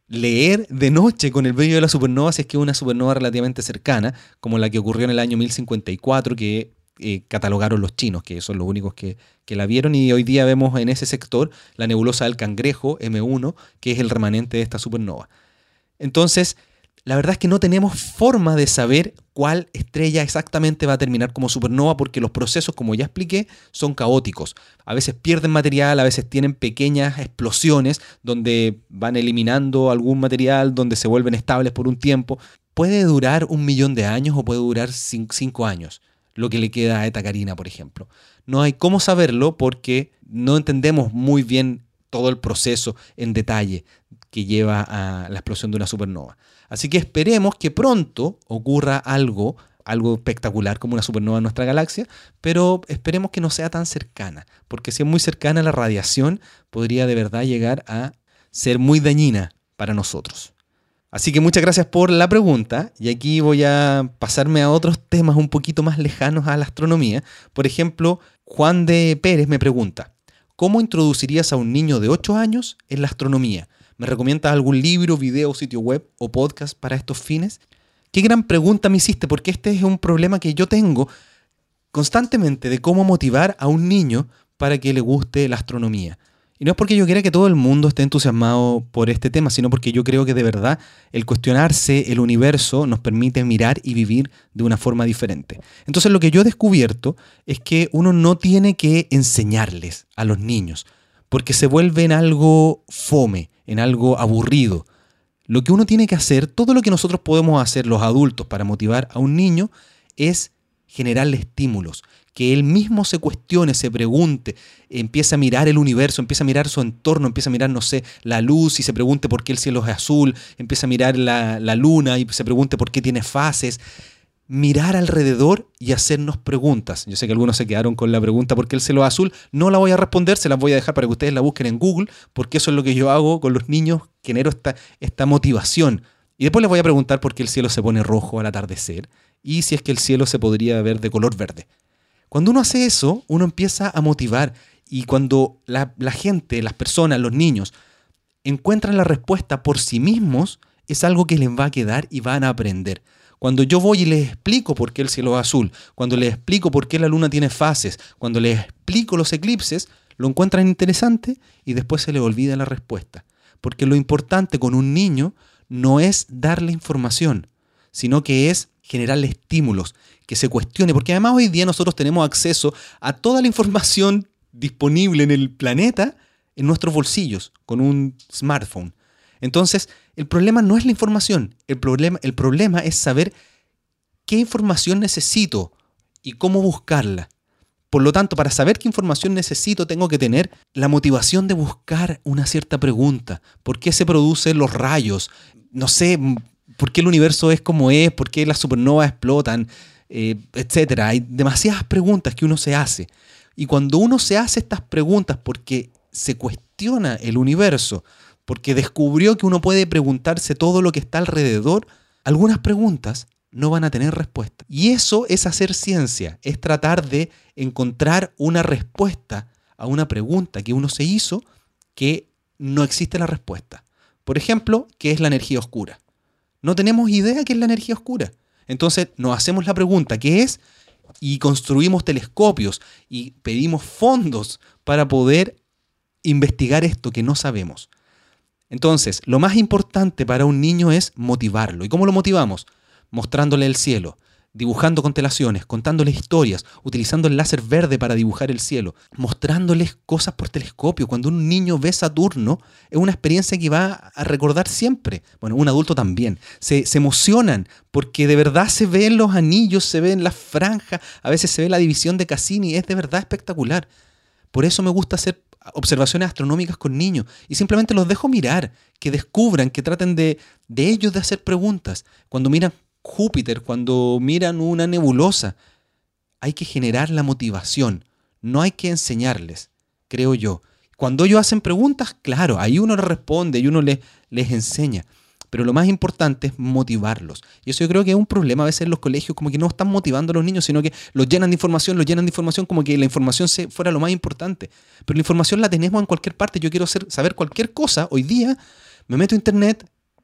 leer de noche con el brillo de la supernova si es que es una supernova relativamente cercana, como la que ocurrió en el año mil cincuenta y cuatro, que eh, catalogaron los chinos, que son los únicos que, que la vieron, y hoy día vemos en ese sector la nebulosa del Cangrejo, eme uno, que es el remanente de esta supernova. Entonces, la verdad es que no tenemos forma de saber cuál estrella exactamente va a terminar como supernova, porque los procesos, como ya expliqué, son caóticos. A veces pierden material, a veces tienen pequeñas explosiones donde van eliminando algún material, donde se vuelven estables por un tiempo. Puede durar un millón de años o puede durar cinco años, lo que le queda a Eta Carina, por ejemplo. No hay cómo saberlo porque no entendemos muy bien todo el proceso en detalle que lleva a la explosión de una supernova. Así que esperemos que pronto ocurra algo, algo espectacular como una supernova en nuestra galaxia, pero esperemos que no sea tan cercana, porque si es muy cercana, la radiación podría de verdad llegar a ser muy dañina para nosotros. Así que muchas gracias por la pregunta, y aquí voy a pasarme a otros temas un poquito más lejanos a la astronomía. Por ejemplo, Juan de Pérez me pregunta: ¿cómo introducirías a un niño de ocho años en la astronomía? ¿Me recomiendas algún libro, video, sitio web o podcast para estos fines? Qué gran pregunta me hiciste, porque este es un problema que yo tengo constantemente de cómo motivar a un niño para que le guste la astronomía. Y no es porque yo quiera que todo el mundo esté entusiasmado por este tema, sino porque yo creo que de verdad el cuestionarse el universo nos permite mirar y vivir de una forma diferente. Entonces lo que yo he descubierto es que uno no tiene que enseñarles a los niños, porque se vuelve en algo fome, en algo aburrido. Lo que uno tiene que hacer, todo lo que nosotros podemos hacer los adultos para motivar a un niño, es generarle estímulos, que él mismo se cuestione, se pregunte, empiece a mirar el universo, empiece a mirar su entorno, empiece a mirar, no sé, la luz y se pregunte por qué el cielo es azul, empiece a mirar la, la luna y se pregunte por qué tiene fases. Mirar alrededor y hacernos preguntas. Yo sé que algunos se quedaron con la pregunta ¿por qué el cielo es azul? No la voy a responder, se las voy a dejar para que ustedes la busquen en Google, porque eso es lo que yo hago con los niños, genero esta, esta motivación. Y después les voy a preguntar por qué el cielo se pone rojo al atardecer y si es que el cielo se podría ver de color verde. Cuando uno hace eso, uno empieza a motivar, y cuando la, la gente, las personas, los niños encuentran la respuesta por sí mismos, es algo que les va a quedar y van a aprender. Cuando yo voy y les explico por qué el cielo es azul, cuando les explico por qué la luna tiene fases, cuando les explico los eclipses, lo encuentran interesante y después se les olvida la respuesta. Porque lo importante con un niño no es darle información, sino que es generarle estímulos, que se cuestione. Porque además hoy día nosotros tenemos acceso a toda la información disponible en el planeta en nuestros bolsillos, con un smartphone. Entonces, el problema no es la información, el problema, el problema es saber qué información necesito y cómo buscarla. Por lo tanto, para saber qué información necesito, tengo que tener la motivación de buscar una cierta pregunta. ¿Por qué se producen los rayos? No sé, ¿por qué el universo es como es? ¿Por qué las supernovas explotan? Eh, etcétera. Hay demasiadas preguntas que uno se hace. Y cuando uno se hace estas preguntas porque se cuestiona el universo, porque descubrió que uno puede preguntarse todo lo que está alrededor, algunas preguntas no van a tener respuesta. Y eso es hacer ciencia, es tratar de encontrar una respuesta a una pregunta que uno se hizo que no existe la respuesta. Por ejemplo, ¿qué es la energía oscura? No tenemos idea qué es la energía oscura. Entonces nos hacemos la pregunta ¿qué es? Y construimos telescopios y pedimos fondos para poder investigar esto que no sabemos. Entonces, lo más importante para un niño es motivarlo. ¿Y cómo lo motivamos? Mostrándole el cielo, dibujando constelaciones, contándole historias, utilizando el láser verde para dibujar el cielo, mostrándoles cosas por telescopio. Cuando un niño ve Saturno, es una experiencia que va a recordar siempre. Bueno, un adulto también. Se, se emocionan porque de verdad se ven los anillos, se ven las franjas, a veces se ve la división de Cassini. Es de verdad espectacular. Por eso me gusta hacer observaciones astronómicas con niños y simplemente los dejo mirar, que descubran, que traten de, de ellos de hacer preguntas. Cuando miran Júpiter, cuando miran una nebulosa, hay que generar la motivación, no hay que enseñarles, creo yo. Cuando ellos hacen preguntas, claro, ahí uno les responde y uno les, les enseña. Pero lo más importante es motivarlos. Y eso yo creo que es un problema a veces en los colegios, como que no están motivando a los niños, sino que los llenan de información, los llenan de información como que la información se, fuera lo más importante. Pero la información la tenemos en cualquier parte. Yo quiero ser, saber cualquier cosa. Hoy día me meto a internet,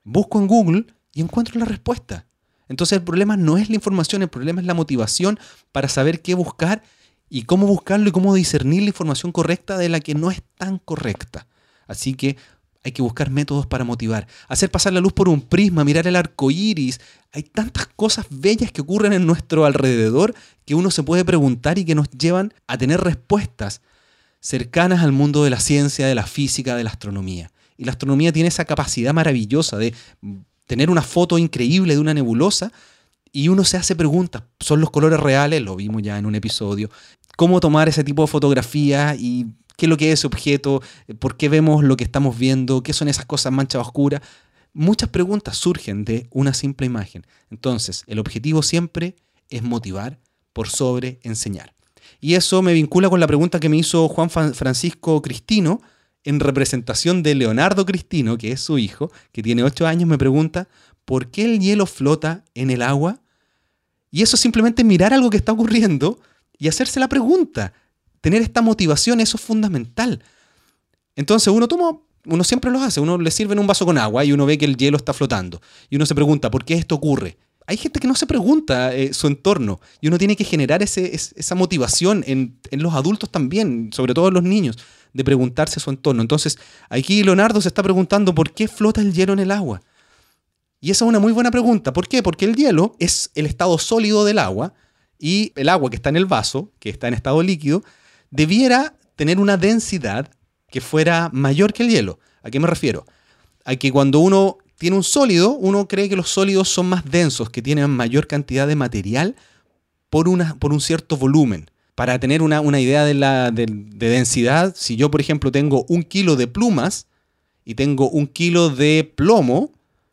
busco en Google y encuentro la respuesta. Entonces el problema no es la información, el problema es la motivación para saber qué buscar y cómo buscarlo y cómo discernir la información correcta de la que no es tan correcta. Así que hay que buscar métodos para motivar. Hacer pasar la luz por un prisma, mirar el arco iris. Hay tantas cosas bellas que ocurren en nuestro alrededor que uno se puede preguntar y que nos llevan a tener respuestas cercanas al mundo de la ciencia, de la física, de la astronomía. Y la astronomía tiene esa capacidad maravillosa de tener una foto increíble de una nebulosa y uno se hace preguntas. ¿Son los colores reales? Lo vimos ya en un episodio. ¿Cómo tomar ese tipo de fotografías y qué es lo que es ese objeto? ¿Por qué vemos lo que estamos viendo? ¿Qué son esas cosas manchas oscuras? Muchas preguntas surgen de una simple imagen. Entonces, el objetivo siempre es motivar por sobre enseñar. Y eso me vincula con la pregunta que me hizo Juan Francisco Cristino en representación de Leonardo Cristino, que es su hijo, que tiene ocho años, me pregunta ¿por qué el hielo flota en el agua? Y eso es simplemente mirar algo que está ocurriendo y hacerse la pregunta. Tener esta motivación, eso es fundamental. Entonces uno toma, uno siempre lo hace, uno le sirve en un vaso con agua y uno ve que el hielo está flotando. Y uno se pregunta, ¿por qué esto ocurre? Hay gente que no se pregunta eh, su entorno y uno tiene que generar ese, es, esa motivación en, en los adultos también, sobre todo en los niños, de preguntarse su entorno. Entonces, aquí Leonardo se está preguntando ¿por qué flota el hielo en el agua? Y esa es una muy buena pregunta. ¿Por qué? Porque el hielo es el estado sólido del agua y el agua que está en el vaso, que está en estado líquido, debiera tener una densidad que fuera mayor que el hielo. ¿A qué me refiero? A que cuando uno tiene un sólido, uno cree que los sólidos son más densos, que tienen mayor cantidad de material por, una, por un cierto volumen. Para tener una, una idea de, la, de, de densidad, si yo, por ejemplo, tengo un kilo de plumas y tengo un kilo de plomo,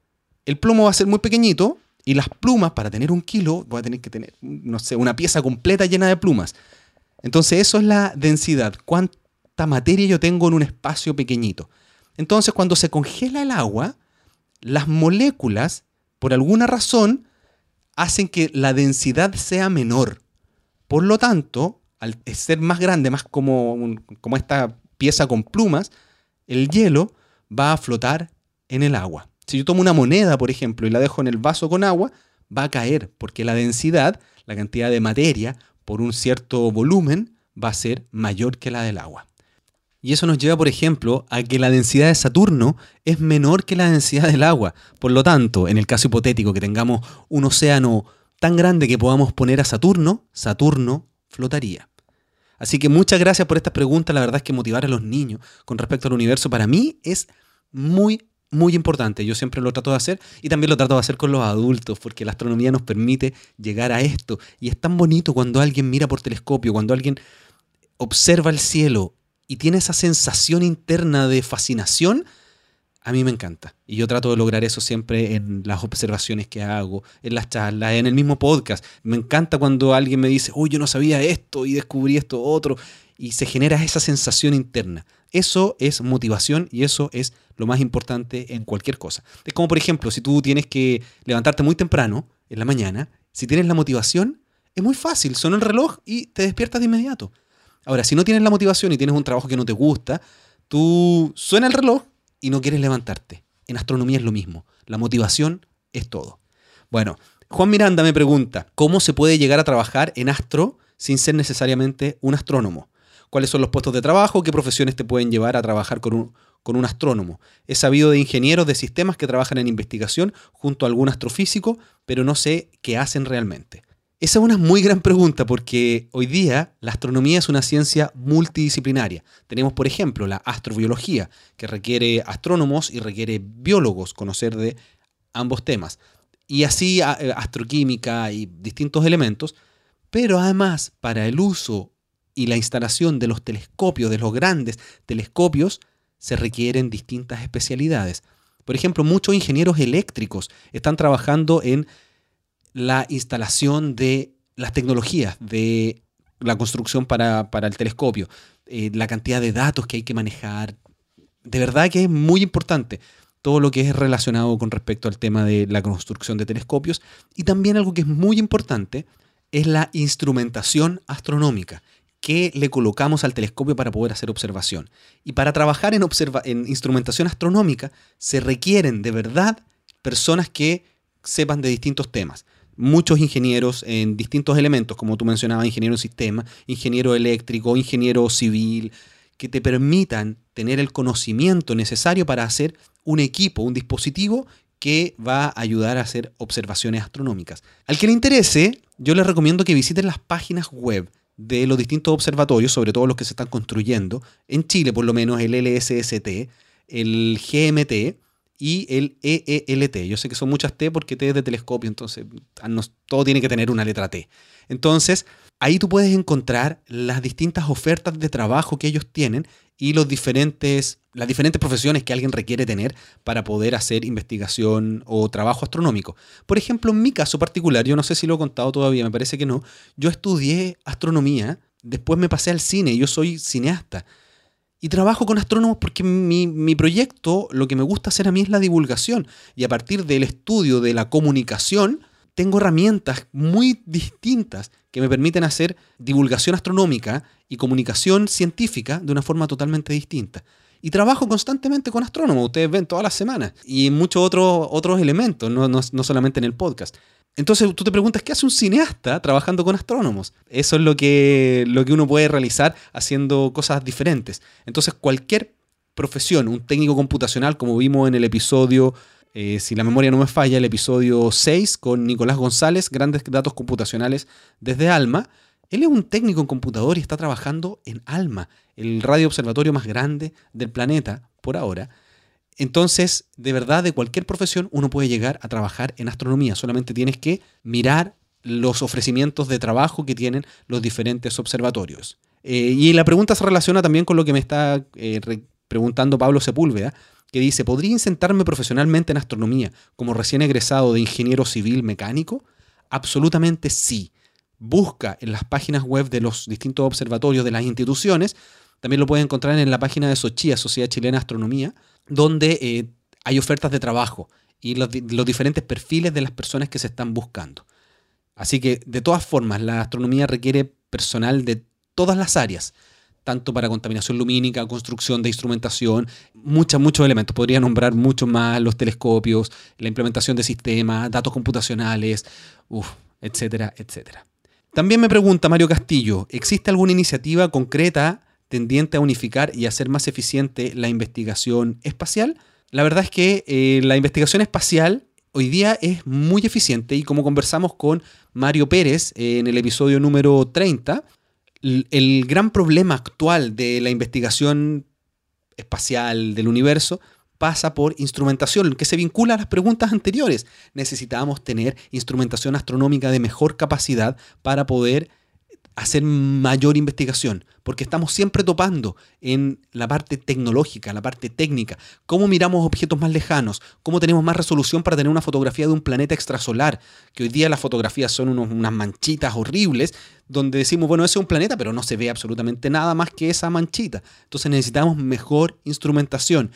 el plomo va a ser muy pequeñito y las plumas, para tener un kilo, voy a tener que tener, no sé, una pieza completa llena de plumas. Entonces eso es la densidad, cuánta materia yo tengo en un espacio pequeñito. Entonces cuando se congela el agua, las moléculas, por alguna razón, hacen que la densidad sea menor. Por lo tanto, al ser más grande, más como, un, como esta pieza con plumas, el hielo va a flotar en el agua. Si yo tomo una moneda, por ejemplo, y la dejo en el vaso con agua, va a caer, porque la densidad, la cantidad de materia, por un cierto volumen, va a ser mayor que la del agua. Y eso nos lleva, por ejemplo, a que la densidad de Saturno es menor que la densidad del agua. Por lo tanto, en el caso hipotético que tengamos un océano tan grande que podamos poner a Saturno, Saturno flotaría. Así que muchas gracias por estas preguntas. La verdad es que motivar a los niños con respecto al universo para mí es muy, muy importante. Yo siempre lo trato de hacer y también lo trato de hacer con los adultos porque la astronomía nos permite llegar a esto. Y es tan bonito cuando alguien mira por telescopio, cuando alguien observa el cielo y tiene esa sensación interna de fascinación. A mí me encanta. Y yo trato de lograr eso siempre en las observaciones que hago, en las charlas, en el mismo podcast. Me encanta cuando alguien me dice, uy, yo no sabía esto y descubrí esto otro. Y se genera esa sensación interna. Eso es motivación y eso es lo más importante en cualquier cosa. Es como, por ejemplo, si tú tienes que levantarte muy temprano en la mañana, si tienes la motivación, es muy fácil. Suena el reloj y te despiertas de inmediato. Ahora, si no tienes la motivación y tienes un trabajo que no te gusta, tú suena el reloj y no quieres levantarte. En astronomía es lo mismo. La motivación es todo. Bueno, Juan Miranda me pregunta, ¿cómo se puede llegar a trabajar en astro sin ser necesariamente un astrónomo? ¿Cuáles son los puestos de trabajo? ¿Qué profesiones te pueden llevar a trabajar con un, con un astrónomo? He sabido de ingenieros de sistemas que trabajan en investigación junto a algún astrofísico, pero no sé qué hacen realmente. Esa es una muy gran pregunta porque hoy día la astronomía es una ciencia multidisciplinaria. Tenemos, por ejemplo, la astrobiología, que requiere astrónomos y requiere biólogos conocer de ambos temas. Y así astroquímica y distintos elementos. Pero además, para el uso y la instalación de los telescopios, de los grandes telescopios, se requieren distintas especialidades. Por ejemplo, muchos ingenieros eléctricos están trabajando en la instalación de las tecnologías, de la construcción para, para el telescopio, eh, la cantidad de datos que hay que manejar. De verdad que es muy importante todo lo que es relacionado con respecto al tema de la construcción de telescopios. Y también algo que es muy importante es la instrumentación astronómica que le colocamos al telescopio para poder hacer observación. Y para trabajar en, observa- en instrumentación astronómica se requieren de verdad personas que sepan de distintos temas. Muchos ingenieros en distintos elementos, como tú mencionabas, ingeniero en sistema, ingeniero eléctrico, ingeniero civil, que te permitan tener el conocimiento necesario para hacer un equipo, un dispositivo que va a ayudar a hacer observaciones astronómicas. Al que le interese, yo les recomiendo que visiten las páginas web de los distintos observatorios, sobre todo los que se están construyendo, en Chile por lo menos el L S S T, el G M T y el E E L T. Yo sé que son muchas T porque T es de telescopio, entonces todo tiene que tener una letra T. Entonces, ahí tú puedes encontrar las distintas ofertas de trabajo que ellos tienen y los diferentes, las diferentes profesiones que alguien requiere tener para poder hacer investigación o trabajo astronómico. Por ejemplo, en mi caso particular, yo no sé si lo he contado todavía, me parece que no, yo estudié astronomía, después me pasé al cine, yo soy cineasta. Y trabajo con astrónomos porque mi, mi proyecto, lo que me gusta hacer a mí es la divulgación. Y a partir del estudio de la comunicación, tengo herramientas muy distintas que me permiten hacer divulgación astronómica y comunicación científica de una forma totalmente distinta. Y trabajo constantemente con astrónomos, ustedes ven todas las semanas, y en muchos otros, otros elementos, no, no, no solamente en el podcast. Entonces tú te preguntas, ¿qué hace un cineasta trabajando con astrónomos? Eso es lo que, lo que uno puede realizar haciendo cosas diferentes. Entonces cualquier profesión, un técnico computacional, como vimos en el episodio, eh, si la memoria no me falla, el episodio seis con Nicolás González, Grandes Datos Computacionales desde ALMA. Él es un técnico en computador y está trabajando en ALMA, el radioobservatorio más grande del planeta por ahora. Entonces, de verdad, de cualquier profesión uno puede llegar a trabajar en astronomía. Solamente tienes que mirar los ofrecimientos de trabajo que tienen los diferentes observatorios. Eh, y la pregunta se relaciona también con lo que me está eh, re- preguntando Pablo Sepúlveda, que dice, ¿podría insertarme profesionalmente en astronomía como recién egresado de ingeniero civil mecánico? Absolutamente sí. Busca en las páginas web de los distintos observatorios de las instituciones. También lo puedes encontrar en la página de SOCHIA, Sociedad Chilena de Astronomía, donde eh, hay ofertas de trabajo y los, los diferentes perfiles de las personas que se están buscando. Así que, de todas formas, la astronomía requiere personal de todas las áreas, tanto para contaminación lumínica, construcción de instrumentación, muchos, muchos elementos. Podría nombrar mucho más, los telescopios, la implementación de sistemas, datos computacionales, uf, etcétera, etcétera. También me pregunta Mario Castillo, ¿existe alguna iniciativa concreta tendiente a unificar y hacer más eficiente la investigación espacial? La verdad es que eh, la investigación espacial hoy día es muy eficiente y como conversamos con Mario Pérez eh, en el episodio número treinta, el, el gran problema actual de la investigación espacial del universo pasa por instrumentación, que se vincula a las preguntas anteriores. Necesitamos tener instrumentación astronómica de mejor capacidad para poder hacer mayor investigación, porque estamos siempre topando en la parte tecnológica, la parte técnica, cómo miramos objetos más lejanos, cómo tenemos más resolución para tener una fotografía de un planeta extrasolar, que hoy día las fotografías son unos, unas manchitas horribles, donde decimos, bueno, ese es un planeta, pero no se ve absolutamente nada más que esa manchita. Entonces necesitamos mejor instrumentación.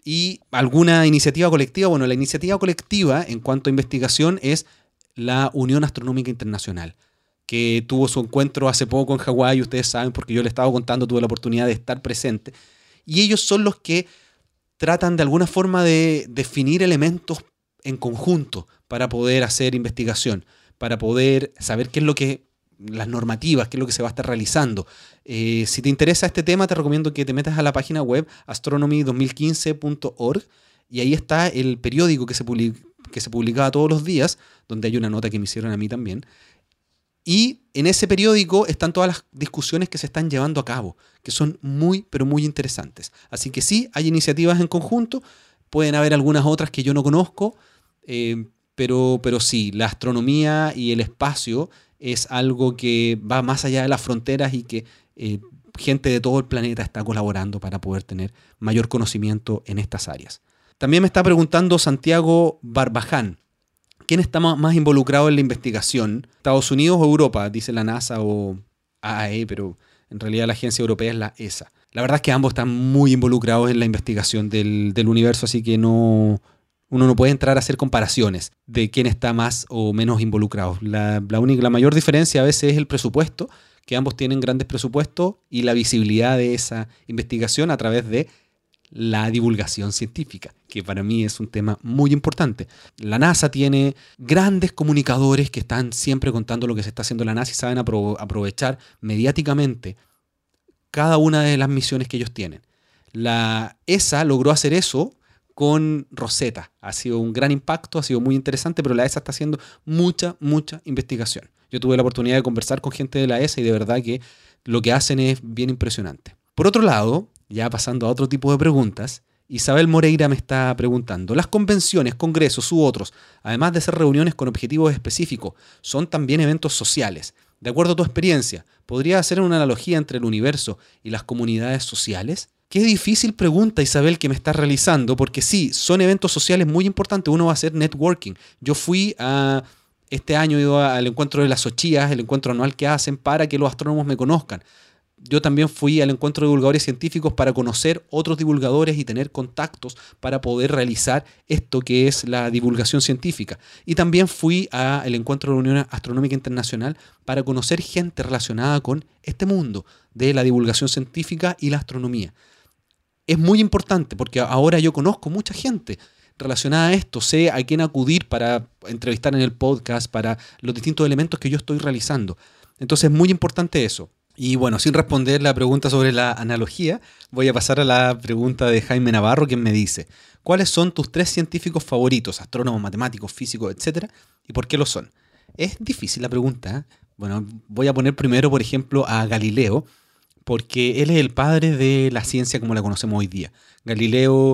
Y alguna iniciativa colectiva, bueno, la iniciativa colectiva en cuanto a investigación es la Unión Astronómica Internacional, que tuvo su encuentro hace poco en Hawái, ustedes saben, porque yo les estaba contando, tuve la oportunidad de estar presente, y ellos son los que tratan de alguna forma de definir elementos en conjunto para poder hacer investigación, para poder saber qué es lo que, las normativas, qué es lo que se va a estar realizando. Eh, si te interesa este tema, te recomiendo que te metas a la página web astronomy dos mil quince punto org y ahí está el periódico que se, public, que se publicaba todos los días, donde hay una nota que me hicieron a mí también. Y en ese periódico están todas las discusiones que se están llevando a cabo, que son muy, pero muy interesantes. Así que sí, hay iniciativas en conjunto, pueden haber algunas otras que yo no conozco, eh, pero, pero sí, la astronomía y el espacio es algo que va más allá de las fronteras y que eh, gente de todo el planeta está colaborando para poder tener mayor conocimiento en estas áreas. También me está preguntando Santiago Barbaján, ¿quién está más involucrado en la investigación? ¿Estados Unidos o Europa? Dice la NASA o A A E, pero en realidad la agencia europea es la E S A. La verdad es que ambos están muy involucrados en la investigación del, del universo, así que no, uno no puede entrar a hacer comparaciones de quién está más o menos involucrado. La, la, única, la mayor diferencia a veces es el presupuesto, que ambos tienen grandes presupuestos y la visibilidad de esa investigación a través de la divulgación científica, que para mí es un tema muy importante. La NASA tiene grandes comunicadores que están siempre contando lo que se está haciendo en la NASA y saben apro- aprovechar mediáticamente cada una de las misiones que ellos tienen. La E S A logró hacer eso con Rosetta. Ha sido un gran impacto, ha sido muy interesante, pero la E S A está haciendo mucha, mucha investigación. Yo tuve la oportunidad de conversar con gente de la E S A y de verdad que lo que hacen es bien impresionante. Por otro lado, ya pasando a otro tipo de preguntas, Isabel Moreira me está preguntando, ¿las convenciones, congresos u otros, además de ser reuniones con objetivos específicos, son también eventos sociales? De acuerdo a tu experiencia, ¿podrías hacer una analogía entre el universo y las comunidades sociales? Qué difícil pregunta, Isabel, que me estás realizando, porque sí, son eventos sociales muy importantes. Uno va a hacer networking. Yo fui a... Este año he ido al encuentro de las Ochías, el encuentro anual que hacen para que los astrónomos me conozcan. Yo también fui al encuentro de divulgadores científicos para conocer otros divulgadores y tener contactos para poder realizar esto que es la divulgación científica. Y también fui al encuentro de la Unión Astronómica Internacional para conocer gente relacionada con este mundo de la divulgación científica y la astronomía. Es muy importante porque ahora yo conozco mucha gente relacionada a esto, sé a quién acudir para entrevistar en el podcast, para los distintos elementos que yo estoy realizando. Entonces es muy importante eso. Y bueno, sin responder la pregunta sobre la analogía, voy a pasar a la pregunta de Jaime Navarro, quien me dice, ¿cuáles son tus tres científicos favoritos, astrónomos, matemáticos, físicos, etcétera? ¿Y por qué lo son? Es difícil la pregunta. Bueno, voy a poner primero, por ejemplo, a Galileo, porque él es el padre de la ciencia como la conocemos hoy día. Galileo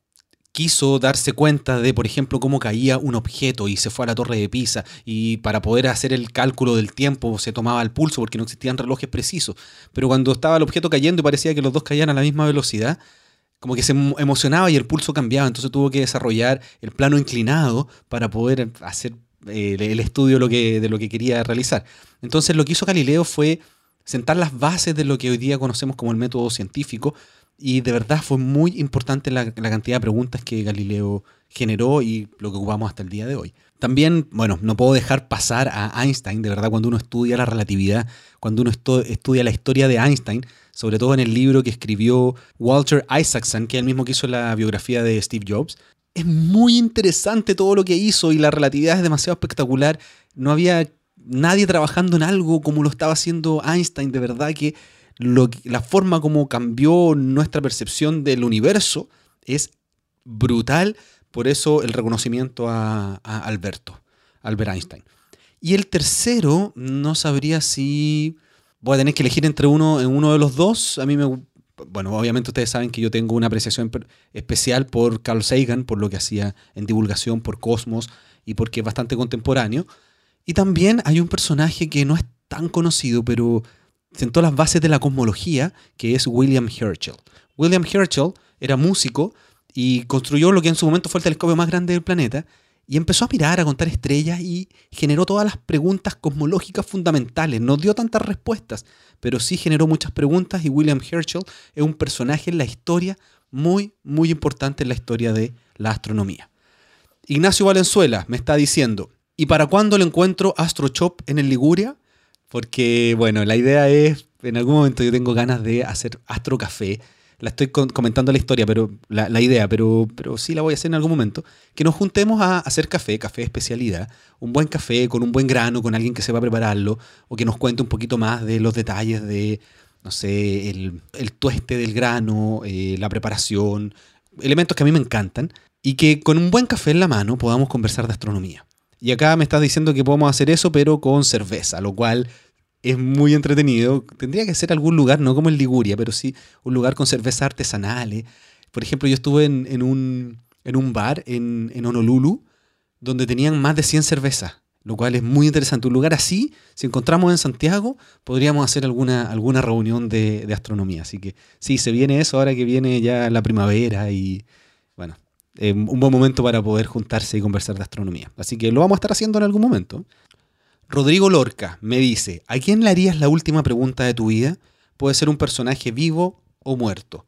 quiso darse cuenta de, por ejemplo, cómo caía un objeto y se fue a la Torre de Pisa y para poder hacer el cálculo del tiempo se tomaba el pulso porque no existían relojes precisos. Pero cuando estaba el objeto cayendo y parecía que los dos caían a la misma velocidad, como que se emocionaba y el pulso cambiaba. Entonces tuvo que desarrollar el plano inclinado para poder hacer eh, el estudio de lo, que, de lo que quería realizar. Entonces lo que hizo Galileo fue sentar las bases de lo que hoy día conocemos como el método científico. Y de verdad fue muy importante la, la cantidad de preguntas que Galileo generó y lo que ocupamos hasta el día de hoy. También, bueno, no puedo dejar pasar a Einstein. De verdad, cuando uno estudia la relatividad, cuando uno estu- estudia la historia de Einstein, sobre todo en el libro que escribió Walter Isaacson, que es el mismo que hizo la biografía de Steve Jobs, es muy interesante todo lo que hizo y la relatividad es demasiado espectacular. No había nadie trabajando en algo como lo estaba haciendo Einstein. De verdad que Lo que, la forma como cambió nuestra percepción del universo es brutal. Por eso el reconocimiento a, a Alberto, Albert Einstein. Y el tercero, no sabría si voy a tener que elegir entre uno, en uno de los dos. A mí me, bueno, obviamente ustedes saben que yo tengo una apreciación especial por Carl Sagan, por lo que hacía en divulgación, por Cosmos y porque es bastante contemporáneo. Y también hay un personaje que no es tan conocido, pero sentó las bases de la cosmología, que es William Herschel. William Herschel era músico y construyó lo que en su momento fue el telescopio más grande del planeta y empezó a mirar, a contar estrellas y generó todas las preguntas cosmológicas fundamentales. No dio tantas respuestas, pero sí generó muchas preguntas y William Herschel es un personaje en la historia muy, muy importante en la historia de la astronomía. Ignacio Valenzuela me está diciendo, ¿y para cuándo el encuentro AstroChop en el Liguria? Porque, bueno, la idea es, en algún momento yo tengo ganas de hacer Astrocafé. La estoy con, comentando la historia, pero la, la idea, pero, pero sí la voy a hacer en algún momento. Que nos juntemos a hacer café, café de especialidad. Un buen café con un buen grano, con alguien que sepa prepararlo. O que nos cuente un poquito más de los detalles de, no sé, el, el tueste del grano, eh, la preparación. Elementos que a mí me encantan. Y que con un buen café en la mano podamos conversar de astronomía. Y acá me estás diciendo que podemos hacer eso, pero con cerveza, lo cual es muy entretenido. Tendría que ser algún lugar, no como en Liguria, pero sí un lugar con cervezas artesanales. Por ejemplo, yo estuve en, en, un, en un bar en, en Honolulu donde tenían más de cien cervezas, lo cual es muy interesante. Un lugar así, si encontramos en Santiago, podríamos hacer alguna, alguna reunión de, de astronomía. Así que sí, se viene eso ahora que viene ya la primavera y bueno, eh, un buen momento para poder juntarse y conversar de astronomía. Así que lo vamos a estar haciendo en algún momento. Rodrigo Lorca me dice, ¿a quién le harías la última pregunta de tu vida? Puede ser un personaje vivo o muerto.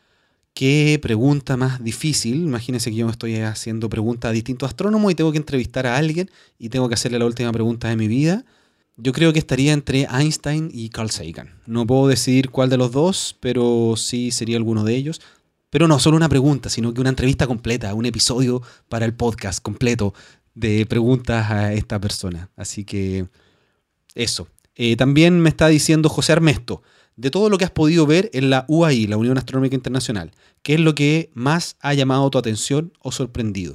¿Qué pregunta más difícil? Imagínense que yo me estoy haciendo preguntas a distintos astrónomos y tengo que entrevistar a alguien y tengo que hacerle la última pregunta de mi vida. Yo creo que estaría entre Einstein y Carl Sagan. No puedo decidir cuál de los dos, pero sí sería alguno de ellos. Pero no solo una pregunta, sino que una entrevista completa, un episodio para el podcast completo de preguntas a esta persona. Así que eso. Eh, también me está diciendo José Armesto, de todo lo que has podido ver en la U A I, la Unión Astronómica Internacional, ¿qué es lo que más ha llamado tu atención o sorprendido?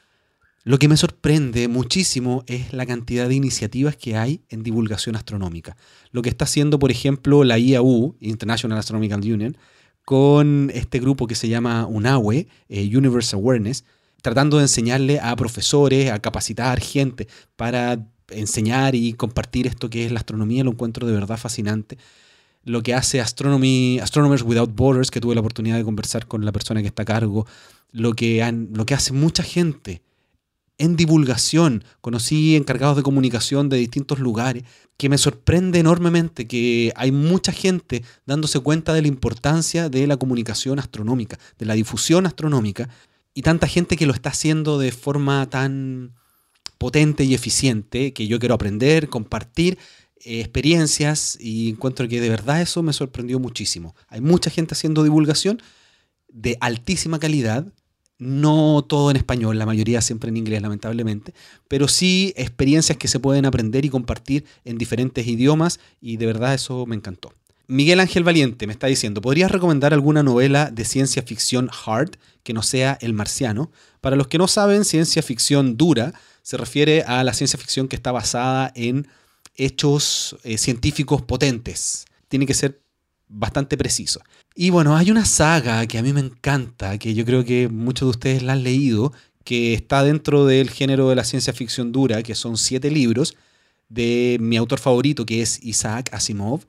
Lo que me sorprende muchísimo es la cantidad de iniciativas que hay en divulgación astronómica. Lo que está haciendo, por ejemplo, la I A U, International Astronomical Union, con este grupo que se llama UNAWE, eh, Universe Awareness, tratando de enseñarle a profesores, a capacitar gente para enseñar y compartir esto que es la astronomía. Lo encuentro de verdad fascinante. Lo que hace Astronomy, Astronomers Without Borders, que tuve la oportunidad de conversar con la persona que está a cargo, lo que, han, lo que hace mucha gente en divulgación. Conocí encargados de comunicación de distintos lugares, que me sorprende enormemente que hay mucha gente dándose cuenta de la importancia de la comunicación astronómica, de la difusión astronómica, y tanta gente que lo está haciendo de forma tan potente y eficiente que yo quiero aprender, compartir eh, experiencias, y encuentro que de verdad eso me sorprendió muchísimo. Hay mucha gente haciendo divulgación de altísima calidad. No todo en español, la mayoría siempre en inglés, lamentablemente, pero sí experiencias que se pueden aprender y compartir en diferentes idiomas, y de verdad eso me encantó. Miguel Ángel Valiente me está diciendo, ¿podrías recomendar alguna novela de ciencia ficción hard que no sea El Marciano? Para los que no saben, ciencia ficción dura se refiere a la ciencia ficción que está basada en hechos eh, científicos potentes. Tiene que ser bastante preciso. Y bueno, hay una saga que a mí me encanta, que yo creo que muchos de ustedes la han leído, que está dentro del género de la ciencia ficción dura, que son siete libros de mi autor favorito, que es Isaac Asimov,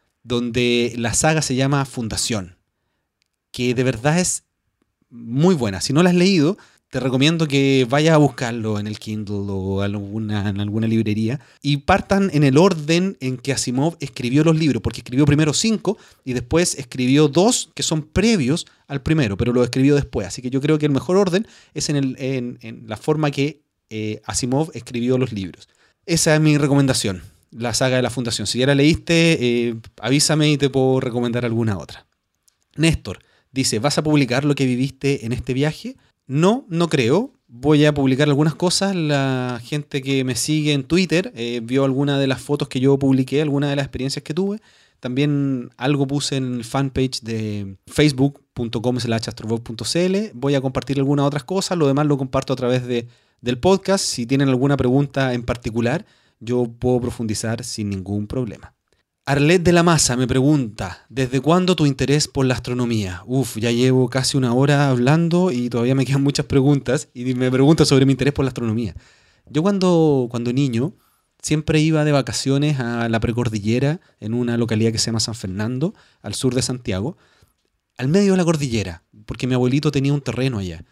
donde la saga se llama Fundación, que de verdad es muy buena. Si no la has leído, te recomiendo que vayas a buscarlo en el Kindle o alguna, en alguna librería, y partan en el orden en que Asimov escribió los libros, porque escribió primero cinco y después escribió dos que son previos al primero, pero los escribió después. Así que yo creo que el mejor orden es en, el, en, en la forma que eh, Asimov escribió los libros. Esa es mi recomendación, la saga de la Fundación. Si ya la leíste, eh, avísame y te puedo recomendar alguna otra. Néstor dice, ¿vas a publicar lo que viviste en este viaje? No, no creo. Voy a publicar algunas cosas. La gente que me sigue en Twitter eh, vio alguna de las fotos que yo publiqué, algunas de las experiencias que tuve. También algo puse en el fanpage de facebook punto com slash astrobot punto c l. Voy a compartir algunas otras cosas. Lo demás lo comparto a través de, del podcast. Si tienen alguna pregunta en particular, yo puedo profundizar sin ningún problema. Arlet de la Maza me pregunta, ¿desde cuándo tu interés por la astronomía? Uf, ya llevo casi una hora hablando y todavía me quedan muchas preguntas, y me pregunta sobre mi interés por la astronomía. Yo cuando, cuando niño siempre iba de vacaciones a la precordillera, en una localidad que se llama San Fernando, al sur de Santiago, al medio de la cordillera, porque mi abuelito tenía un terreno allá.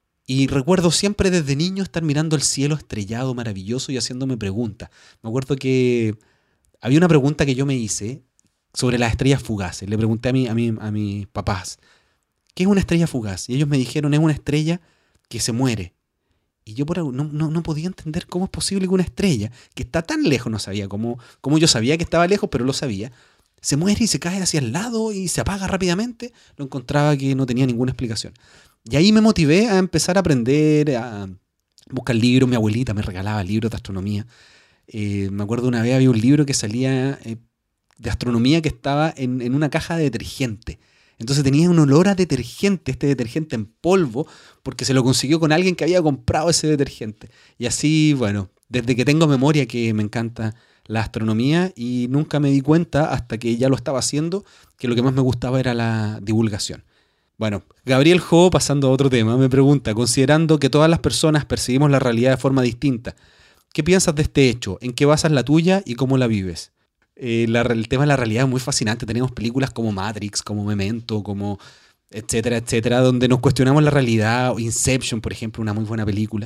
Y recuerdo siempre desde niño estar mirando el cielo estrellado, maravilloso, y haciéndome preguntas. Me acuerdo que había una pregunta que yo me hice sobre las estrellas fugaces. Le pregunté a, mi, a, mi, a mis papás, ¿qué es una estrella fugaz? Y ellos me dijeron, es una estrella que se muere. Y yo por algo, no, no, no podía entender cómo es posible que una estrella que está tan lejos, no sabía cómo, cómo yo sabía que estaba lejos, pero lo sabía, se muere y se cae hacia el lado y se apaga rápidamente. Lo encontraba que no tenía ninguna explicación. Y ahí me motivé a empezar a aprender, a buscar libros. Mi abuelita me regalaba libros de astronomía. Eh, me acuerdo una vez había un libro que salía eh, de astronomía que estaba en, en una caja de detergente. Entonces tenía un olor a detergente, este detergente en polvo, porque se lo consiguió con alguien que había comprado ese detergente. Y así, bueno, desde que tengo memoria que me encanta la astronomía, y nunca me di cuenta hasta que ya lo estaba haciendo, que lo que más me gustaba era la divulgación. Bueno, Gabriel Jo, pasando a otro tema, me pregunta, considerando que todas las personas percibimos la realidad de forma distinta, ¿qué piensas de este hecho? ¿En qué basas la tuya y cómo la vives? Eh, la, el tema de la realidad es muy fascinante. Tenemos películas como Matrix, como Memento, como etcétera, etcétera, donde nos cuestionamos la realidad. Inception, por ejemplo, una muy buena película,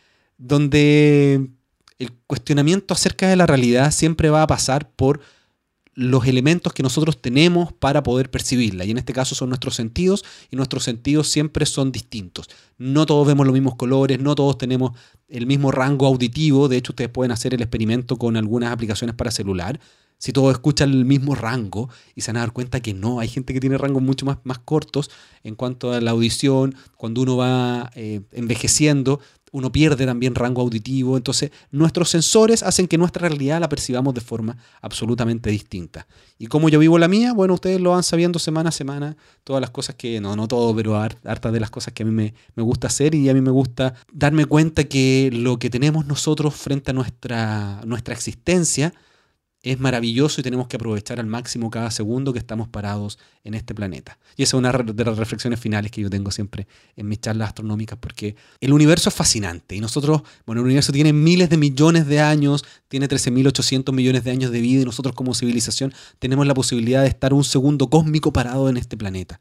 donde el cuestionamiento acerca de la realidad siempre va a pasar por los elementos que nosotros tenemos para poder percibirla, y en este caso son nuestros sentidos, y nuestros sentidos siempre son distintos. No todos vemos los mismos colores, no todos tenemos el mismo rango auditivo. De hecho, ustedes pueden hacer el experimento con algunas aplicaciones para celular. si todos escuchan el mismo rango, y se van a dar cuenta que no, hay gente que tiene rangos mucho más, más cortos en cuanto a la audición. Cuando uno va eh, envejeciendo, uno pierde también rango auditivo. Entonces, nuestros sensores hacen que nuestra realidad la percibamos de forma absolutamente distinta. Y como yo vivo la mía, bueno, ustedes lo van sabiendo semana a semana, todas las cosas que, no, no todo, pero hartas de las cosas que a mí me, me gusta hacer, y a mí me gusta darme cuenta que lo que tenemos nosotros frente a nuestra, nuestra existencia es maravilloso y tenemos que aprovechar al máximo cada segundo que estamos parados en este planeta. Y esa es una de las reflexiones finales que yo tengo siempre en mis charlas astronómicas, porque el universo es fascinante y nosotros, bueno, el universo tiene miles de millones de años, tiene trece mil ochocientos millones de años de vida, y nosotros como civilización tenemos la posibilidad de estar un segundo cósmico parado en este planeta.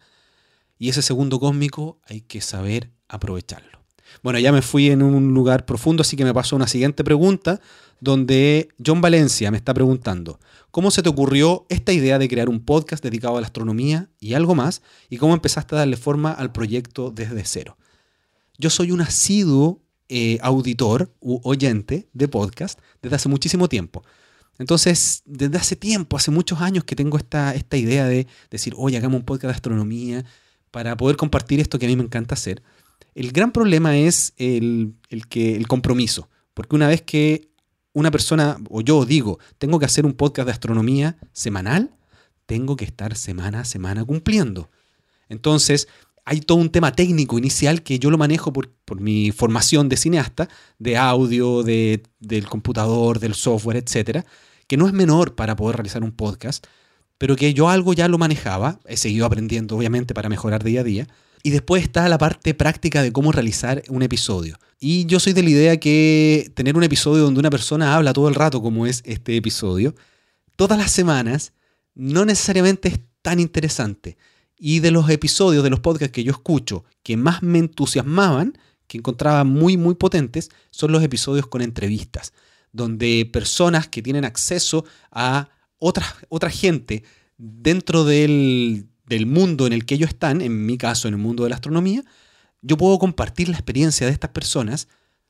Y ese segundo cósmico hay que saber aprovecharlo. Bueno, ya me fui en un lugar profundo, así que me paso a una siguiente pregunta, donde John Valencia me está preguntando: ¿cómo se te ocurrió esta idea de crear un podcast dedicado a la astronomía y algo más? ¿Y cómo empezaste a darle forma al proyecto desde cero? Yo soy un asiduo eh, auditor u oyente de podcast desde hace muchísimo tiempo. Entonces, desde hace tiempo, hace muchos años que tengo esta, esta idea de decir, oye, hagamos un podcast de astronomía para poder compartir esto que a mí me encanta hacer. El gran problema es el, el, que, el compromiso, porque una vez que una persona, o yo digo, tengo que hacer un podcast de astronomía semanal, tengo que estar semana a semana cumpliendo. Entonces, hay todo un tema técnico inicial que yo lo manejo por, por mi formación de cineasta, de audio, de, del computador, del software, etcétera, que no es menor para poder realizar un podcast, pero que yo algo ya lo manejaba, he seguido aprendiendo obviamente para mejorar día a día. Y después está la parte práctica de cómo realizar un episodio. Y yo soy de la idea que tener un episodio donde una persona habla todo el rato, como es este episodio, todas las semanas, no necesariamente es tan interesante. Y de los episodios, de los podcasts que yo escucho, que más me entusiasmaban, que encontraba muy, muy potentes, son los episodios con entrevistas, donde personas que tienen acceso a otra, otra gente dentro del... del mundo en el que ellos están, en mi caso en el mundo de la astronomía, yo puedo compartir la experiencia de estas personas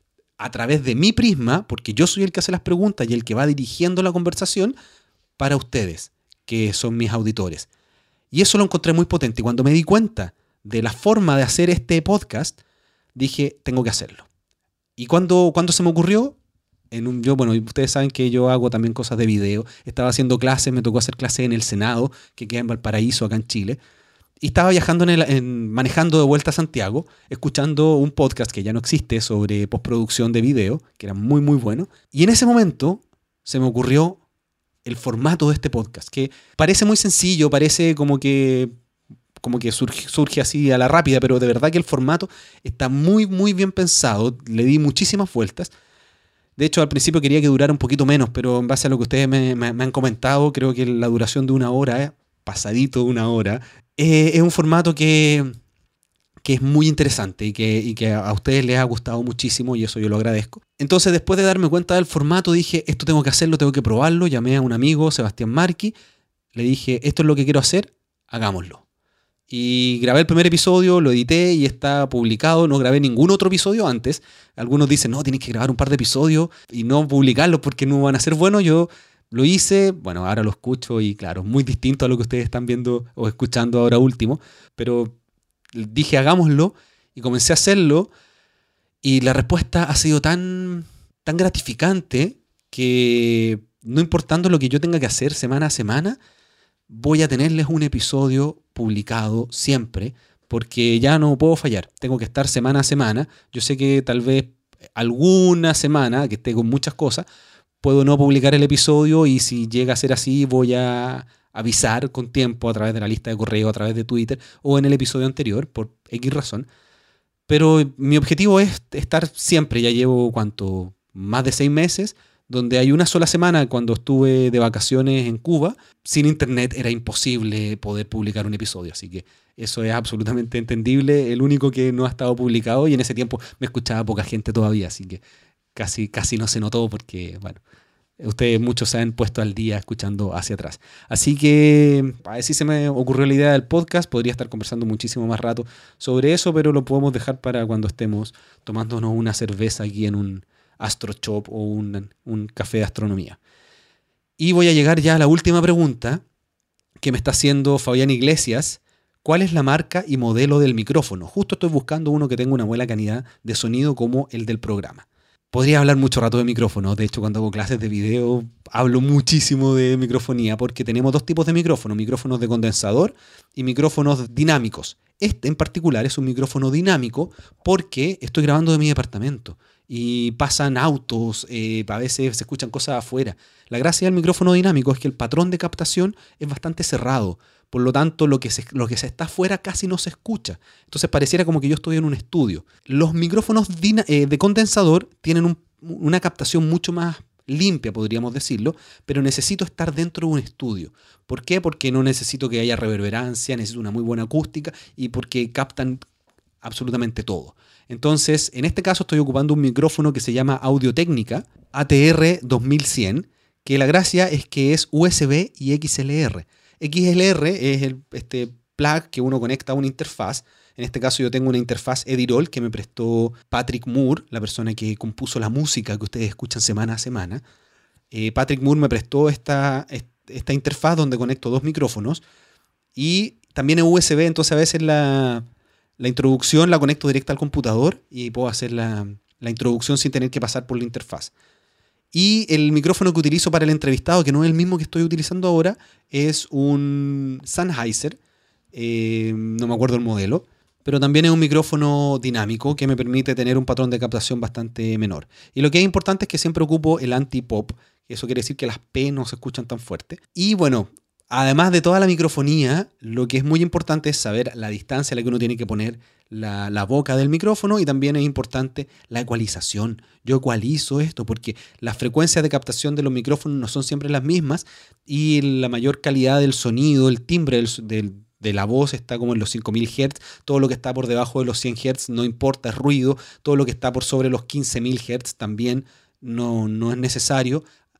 a través de mi prisma, porque yo soy el que hace las preguntas y el que va dirigiendo la conversación para ustedes, que son mis auditores. Y eso lo encontré muy potente. Y cuando me di cuenta de la forma de hacer este podcast, dije, tengo que hacerlo. Y cuando, cuando se me ocurrió, en un, yo, bueno, ustedes saben que yo hago también cosas de video. Estaba haciendo clases, me tocó hacer clases en el Senado, que queda en Valparaíso, acá en Chile. Y estaba viajando, en el, en, manejando de vuelta a Santiago, escuchando un podcast que ya no existe sobre postproducción de video, que era muy, muy bueno. Y en ese momento se me ocurrió el formato de este podcast, que parece muy sencillo, parece como que, como que surge, surge así a la rápida, pero de verdad que el formato está muy, muy bien pensado. Le di muchísimas vueltas. De hecho, al principio quería que durara un poquito menos, pero en base a lo que ustedes me, me, me han comentado, creo que la duración de una hora, eh, pasadito de una hora, eh, es un formato que, que es muy interesante y que, y que a ustedes les ha gustado muchísimo, y eso yo lo agradezco. Entonces, después de darme cuenta del formato, dije, esto tengo que hacerlo, tengo que probarlo. Llamé a un amigo, Sebastián Marqui, le dije, esto es lo que quiero hacer, hagámoslo. Y grabé el primer episodio, lo edité y está publicado. No grabé ningún otro episodio antes. Algunos dicen, no, tienes que grabar un par de episodios y no publicarlos porque no van a ser buenos. Yo lo hice, bueno, ahora lo escucho y claro, es muy distinto a lo que ustedes están viendo o escuchando ahora último. Pero dije, hagámoslo, y comencé a hacerlo. Y la respuesta ha sido tan, tan gratificante que, no importando lo que yo tenga que hacer semana a semana, voy a tenerles un episodio publicado siempre, porque ya no puedo fallar. Tengo que estar semana a semana. Yo sé que tal vez alguna semana que esté con muchas cosas, puedo no publicar el episodio, y si llega a ser así, voy a avisar con tiempo a través de la lista de correo, a través de Twitter o en el episodio anterior, por X razón. Pero mi objetivo es estar siempre. Ya llevo, ¿cuánto? Más de seis meses, donde hay una sola semana cuando estuve de vacaciones en Cuba. Sin internet era imposible poder publicar un episodio, así que eso es absolutamente entendible. El único que no ha estado publicado, y en ese tiempo me escuchaba poca gente todavía, así que casi, casi no se notó porque, bueno, ustedes muchos se han puesto al día escuchando hacia atrás. Así que así se me ocurrió la idea del podcast. Podría estar conversando muchísimo más rato sobre eso, pero lo podemos dejar para cuando estemos tomándonos una cerveza aquí en un Astro Shop o un, un café de astronomía. Y voy a llegar ya a la última pregunta que me está haciendo Fabián Iglesias. ¿Cuál es la marca y modelo del micrófono? Justo estoy buscando uno que tenga una buena calidad de sonido como el del programa. Podría hablar mucho rato de micrófonos. De hecho, cuando hago clases de video hablo muchísimo de microfonía porque tenemos dos tipos de micrófonos, micrófonos de condensador y micrófonos dinámicos. Este en particular es un micrófono dinámico porque estoy grabando de mi departamento y pasan autos, eh, a veces se escuchan cosas afuera. La gracia del micrófono dinámico es que el patrón de captación es bastante cerrado. Por lo tanto, lo que, se, lo que se está afuera casi no se escucha. Entonces pareciera como que yo estoy en un estudio. Los micrófonos eh, de condensador tienen un, una captación mucho más limpia, podríamos decirlo, pero necesito estar dentro de un estudio. ¿Por qué? Porque no necesito que haya reverberancia, necesito una muy buena acústica y porque captan absolutamente todo. Entonces, en este caso estoy ocupando un micrófono que se llama Audio-Técnica A T R dos mil cien, que la gracia es que es U S B y X L R. X L R es el, este plug que uno conecta a una interfaz. En este caso yo tengo una interfaz Edirol que me prestó Patrick Moore, la persona que compuso la música que ustedes escuchan semana a semana. Eh, Patrick Moore me prestó esta, esta interfaz donde conecto dos micrófonos y también es U S B, entonces a veces la, la introducción la conecto directa al computador y puedo hacer la, la introducción sin tener que pasar por la interfaz. Y el micrófono que utilizo para el entrevistado, que no es el mismo que estoy utilizando ahora, es un Sennheiser, eh, no me acuerdo el modelo, pero también es un micrófono dinámico que me permite tener un patrón de captación bastante menor. Y lo que es importante es que siempre ocupo el anti-pop, eso quiere decir que las P no se escuchan tan fuerte. Y bueno, además de toda la microfonía, lo que es muy importante es saber la distancia a la que uno tiene que poner la, la boca del micrófono y también es importante la ecualización. Yo ecualizo esto porque las frecuencias de captación de los micrófonos no son siempre las mismas y la mayor calidad del sonido, el timbre del, del, de la voz está como en los cinco mil hertz. Todo lo que está por debajo de los cien hertz no importa, es ruido. Todo lo que está por sobre los quince mil hertz también no, no es necesario.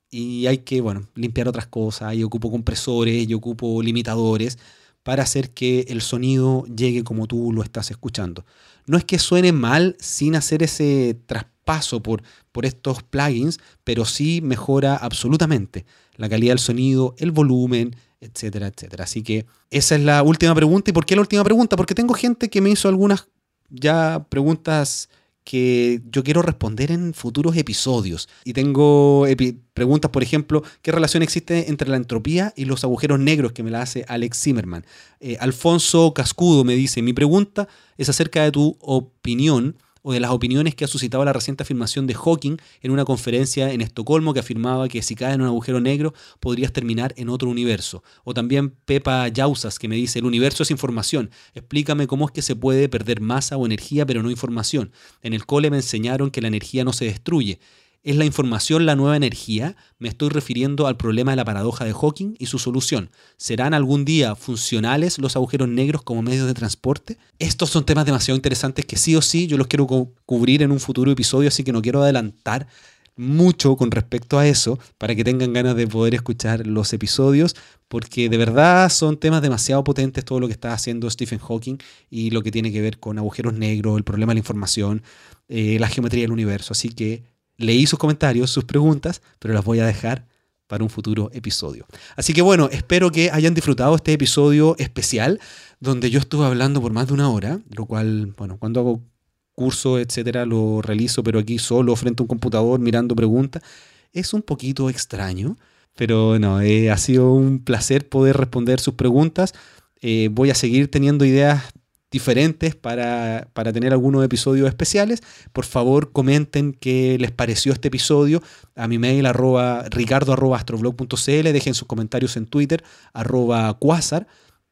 Y hay que, bueno, limpiar otras cosas. Yo ocupo compresores, yo ocupo limitadores para hacer que el sonido llegue como tú lo estás escuchando. No es que suene mal sin hacer ese traspaso por, por estos plugins, pero sí mejora absolutamente la calidad del sonido, el volumen, etcétera, etcétera. Así que esa es la última pregunta. ¿Y por qué la última pregunta? Porque tengo gente que me hizo algunas ya preguntas que yo quiero responder en futuros episodios. Y tengo epi- preguntas, por ejemplo, ¿qué relación existe entre la entropía y los agujeros negros? Que me la hace Alex Zimmerman. Eh, Alfonso Cascudo me dice, mi pregunta es acerca de tu opinión o de las opiniones que ha suscitado la reciente afirmación de Hawking en una conferencia en Estocolmo que afirmaba que si caes en un agujero negro podrías terminar en otro universo. O también Pepa Yausas que me dice, el universo es información. Explícame cómo es que se puede perder masa o energía pero no información. En el cole me enseñaron que la energía no se destruye. ¿Es la información la nueva energía? Me estoy refiriendo al problema de la paradoja de Hawking y su solución. ¿Serán algún día funcionales los agujeros negros como medios de transporte? Estos son temas demasiado interesantes que sí o sí yo los quiero cu- cubrir en un futuro episodio, así que no quiero adelantar mucho con respecto a eso para que tengan ganas de poder escuchar los episodios, porque de verdad son temas demasiado potentes todo lo que está haciendo Stephen Hawking y lo que tiene que ver con agujeros negros, el problema de la información, eh, la geometría del universo. Así que leí sus comentarios, sus preguntas, pero las voy a dejar para un futuro episodio. Así que bueno, espero que hayan disfrutado este episodio especial donde yo estuve hablando por más de una hora, lo cual, bueno, cuando hago curso, etcétera, lo realizo, pero aquí solo frente a un computador mirando preguntas. Es un poquito extraño, pero no, eh, ha sido un placer poder responder sus preguntas. Eh, voy a seguir teniendo ideas diferentes para, para tener algunos episodios especiales. Por favor, comenten qué les pareció este episodio a mi mail arroba ricardo arroba astroblog punto cl, dejen sus comentarios en Twitter arroba quasar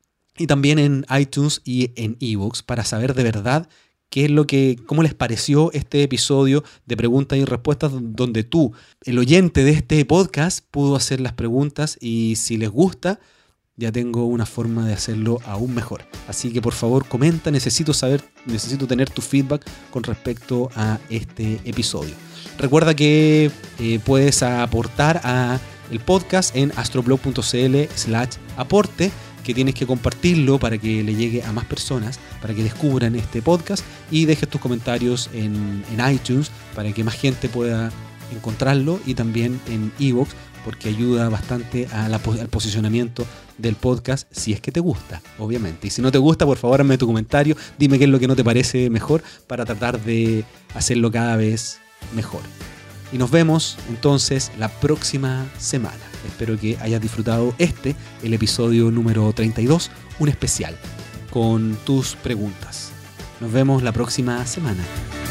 y también en iTunes y en iVoox para saber de verdad qué es lo que, cómo les pareció este episodio de preguntas y respuestas donde tú, el oyente de este podcast, pudo hacer las preguntas y si les gusta, ya tengo una forma de hacerlo aún mejor. Así que por favor comenta, necesito saber, necesito tener tu feedback con respecto a este episodio. Recuerda que eh, puedes aportar a el podcast en astroblog punto cl slash aporte, que tienes que compartirlo para que le llegue a más personas, para que descubran este podcast y dejes tus comentarios en, en iTunes para que más gente pueda encontrarlo y también en iVoox porque ayuda bastante a la, al posicionamiento del podcast, si es que te gusta, obviamente. Y si no te gusta, por favor, hazme tu comentario, dime qué es lo que no te parece mejor para tratar de hacerlo cada vez mejor. Y nos vemos entonces la próxima semana. Espero que hayas disfrutado este, el episodio número treinta y dos, un especial con tus preguntas. Nos vemos la próxima semana.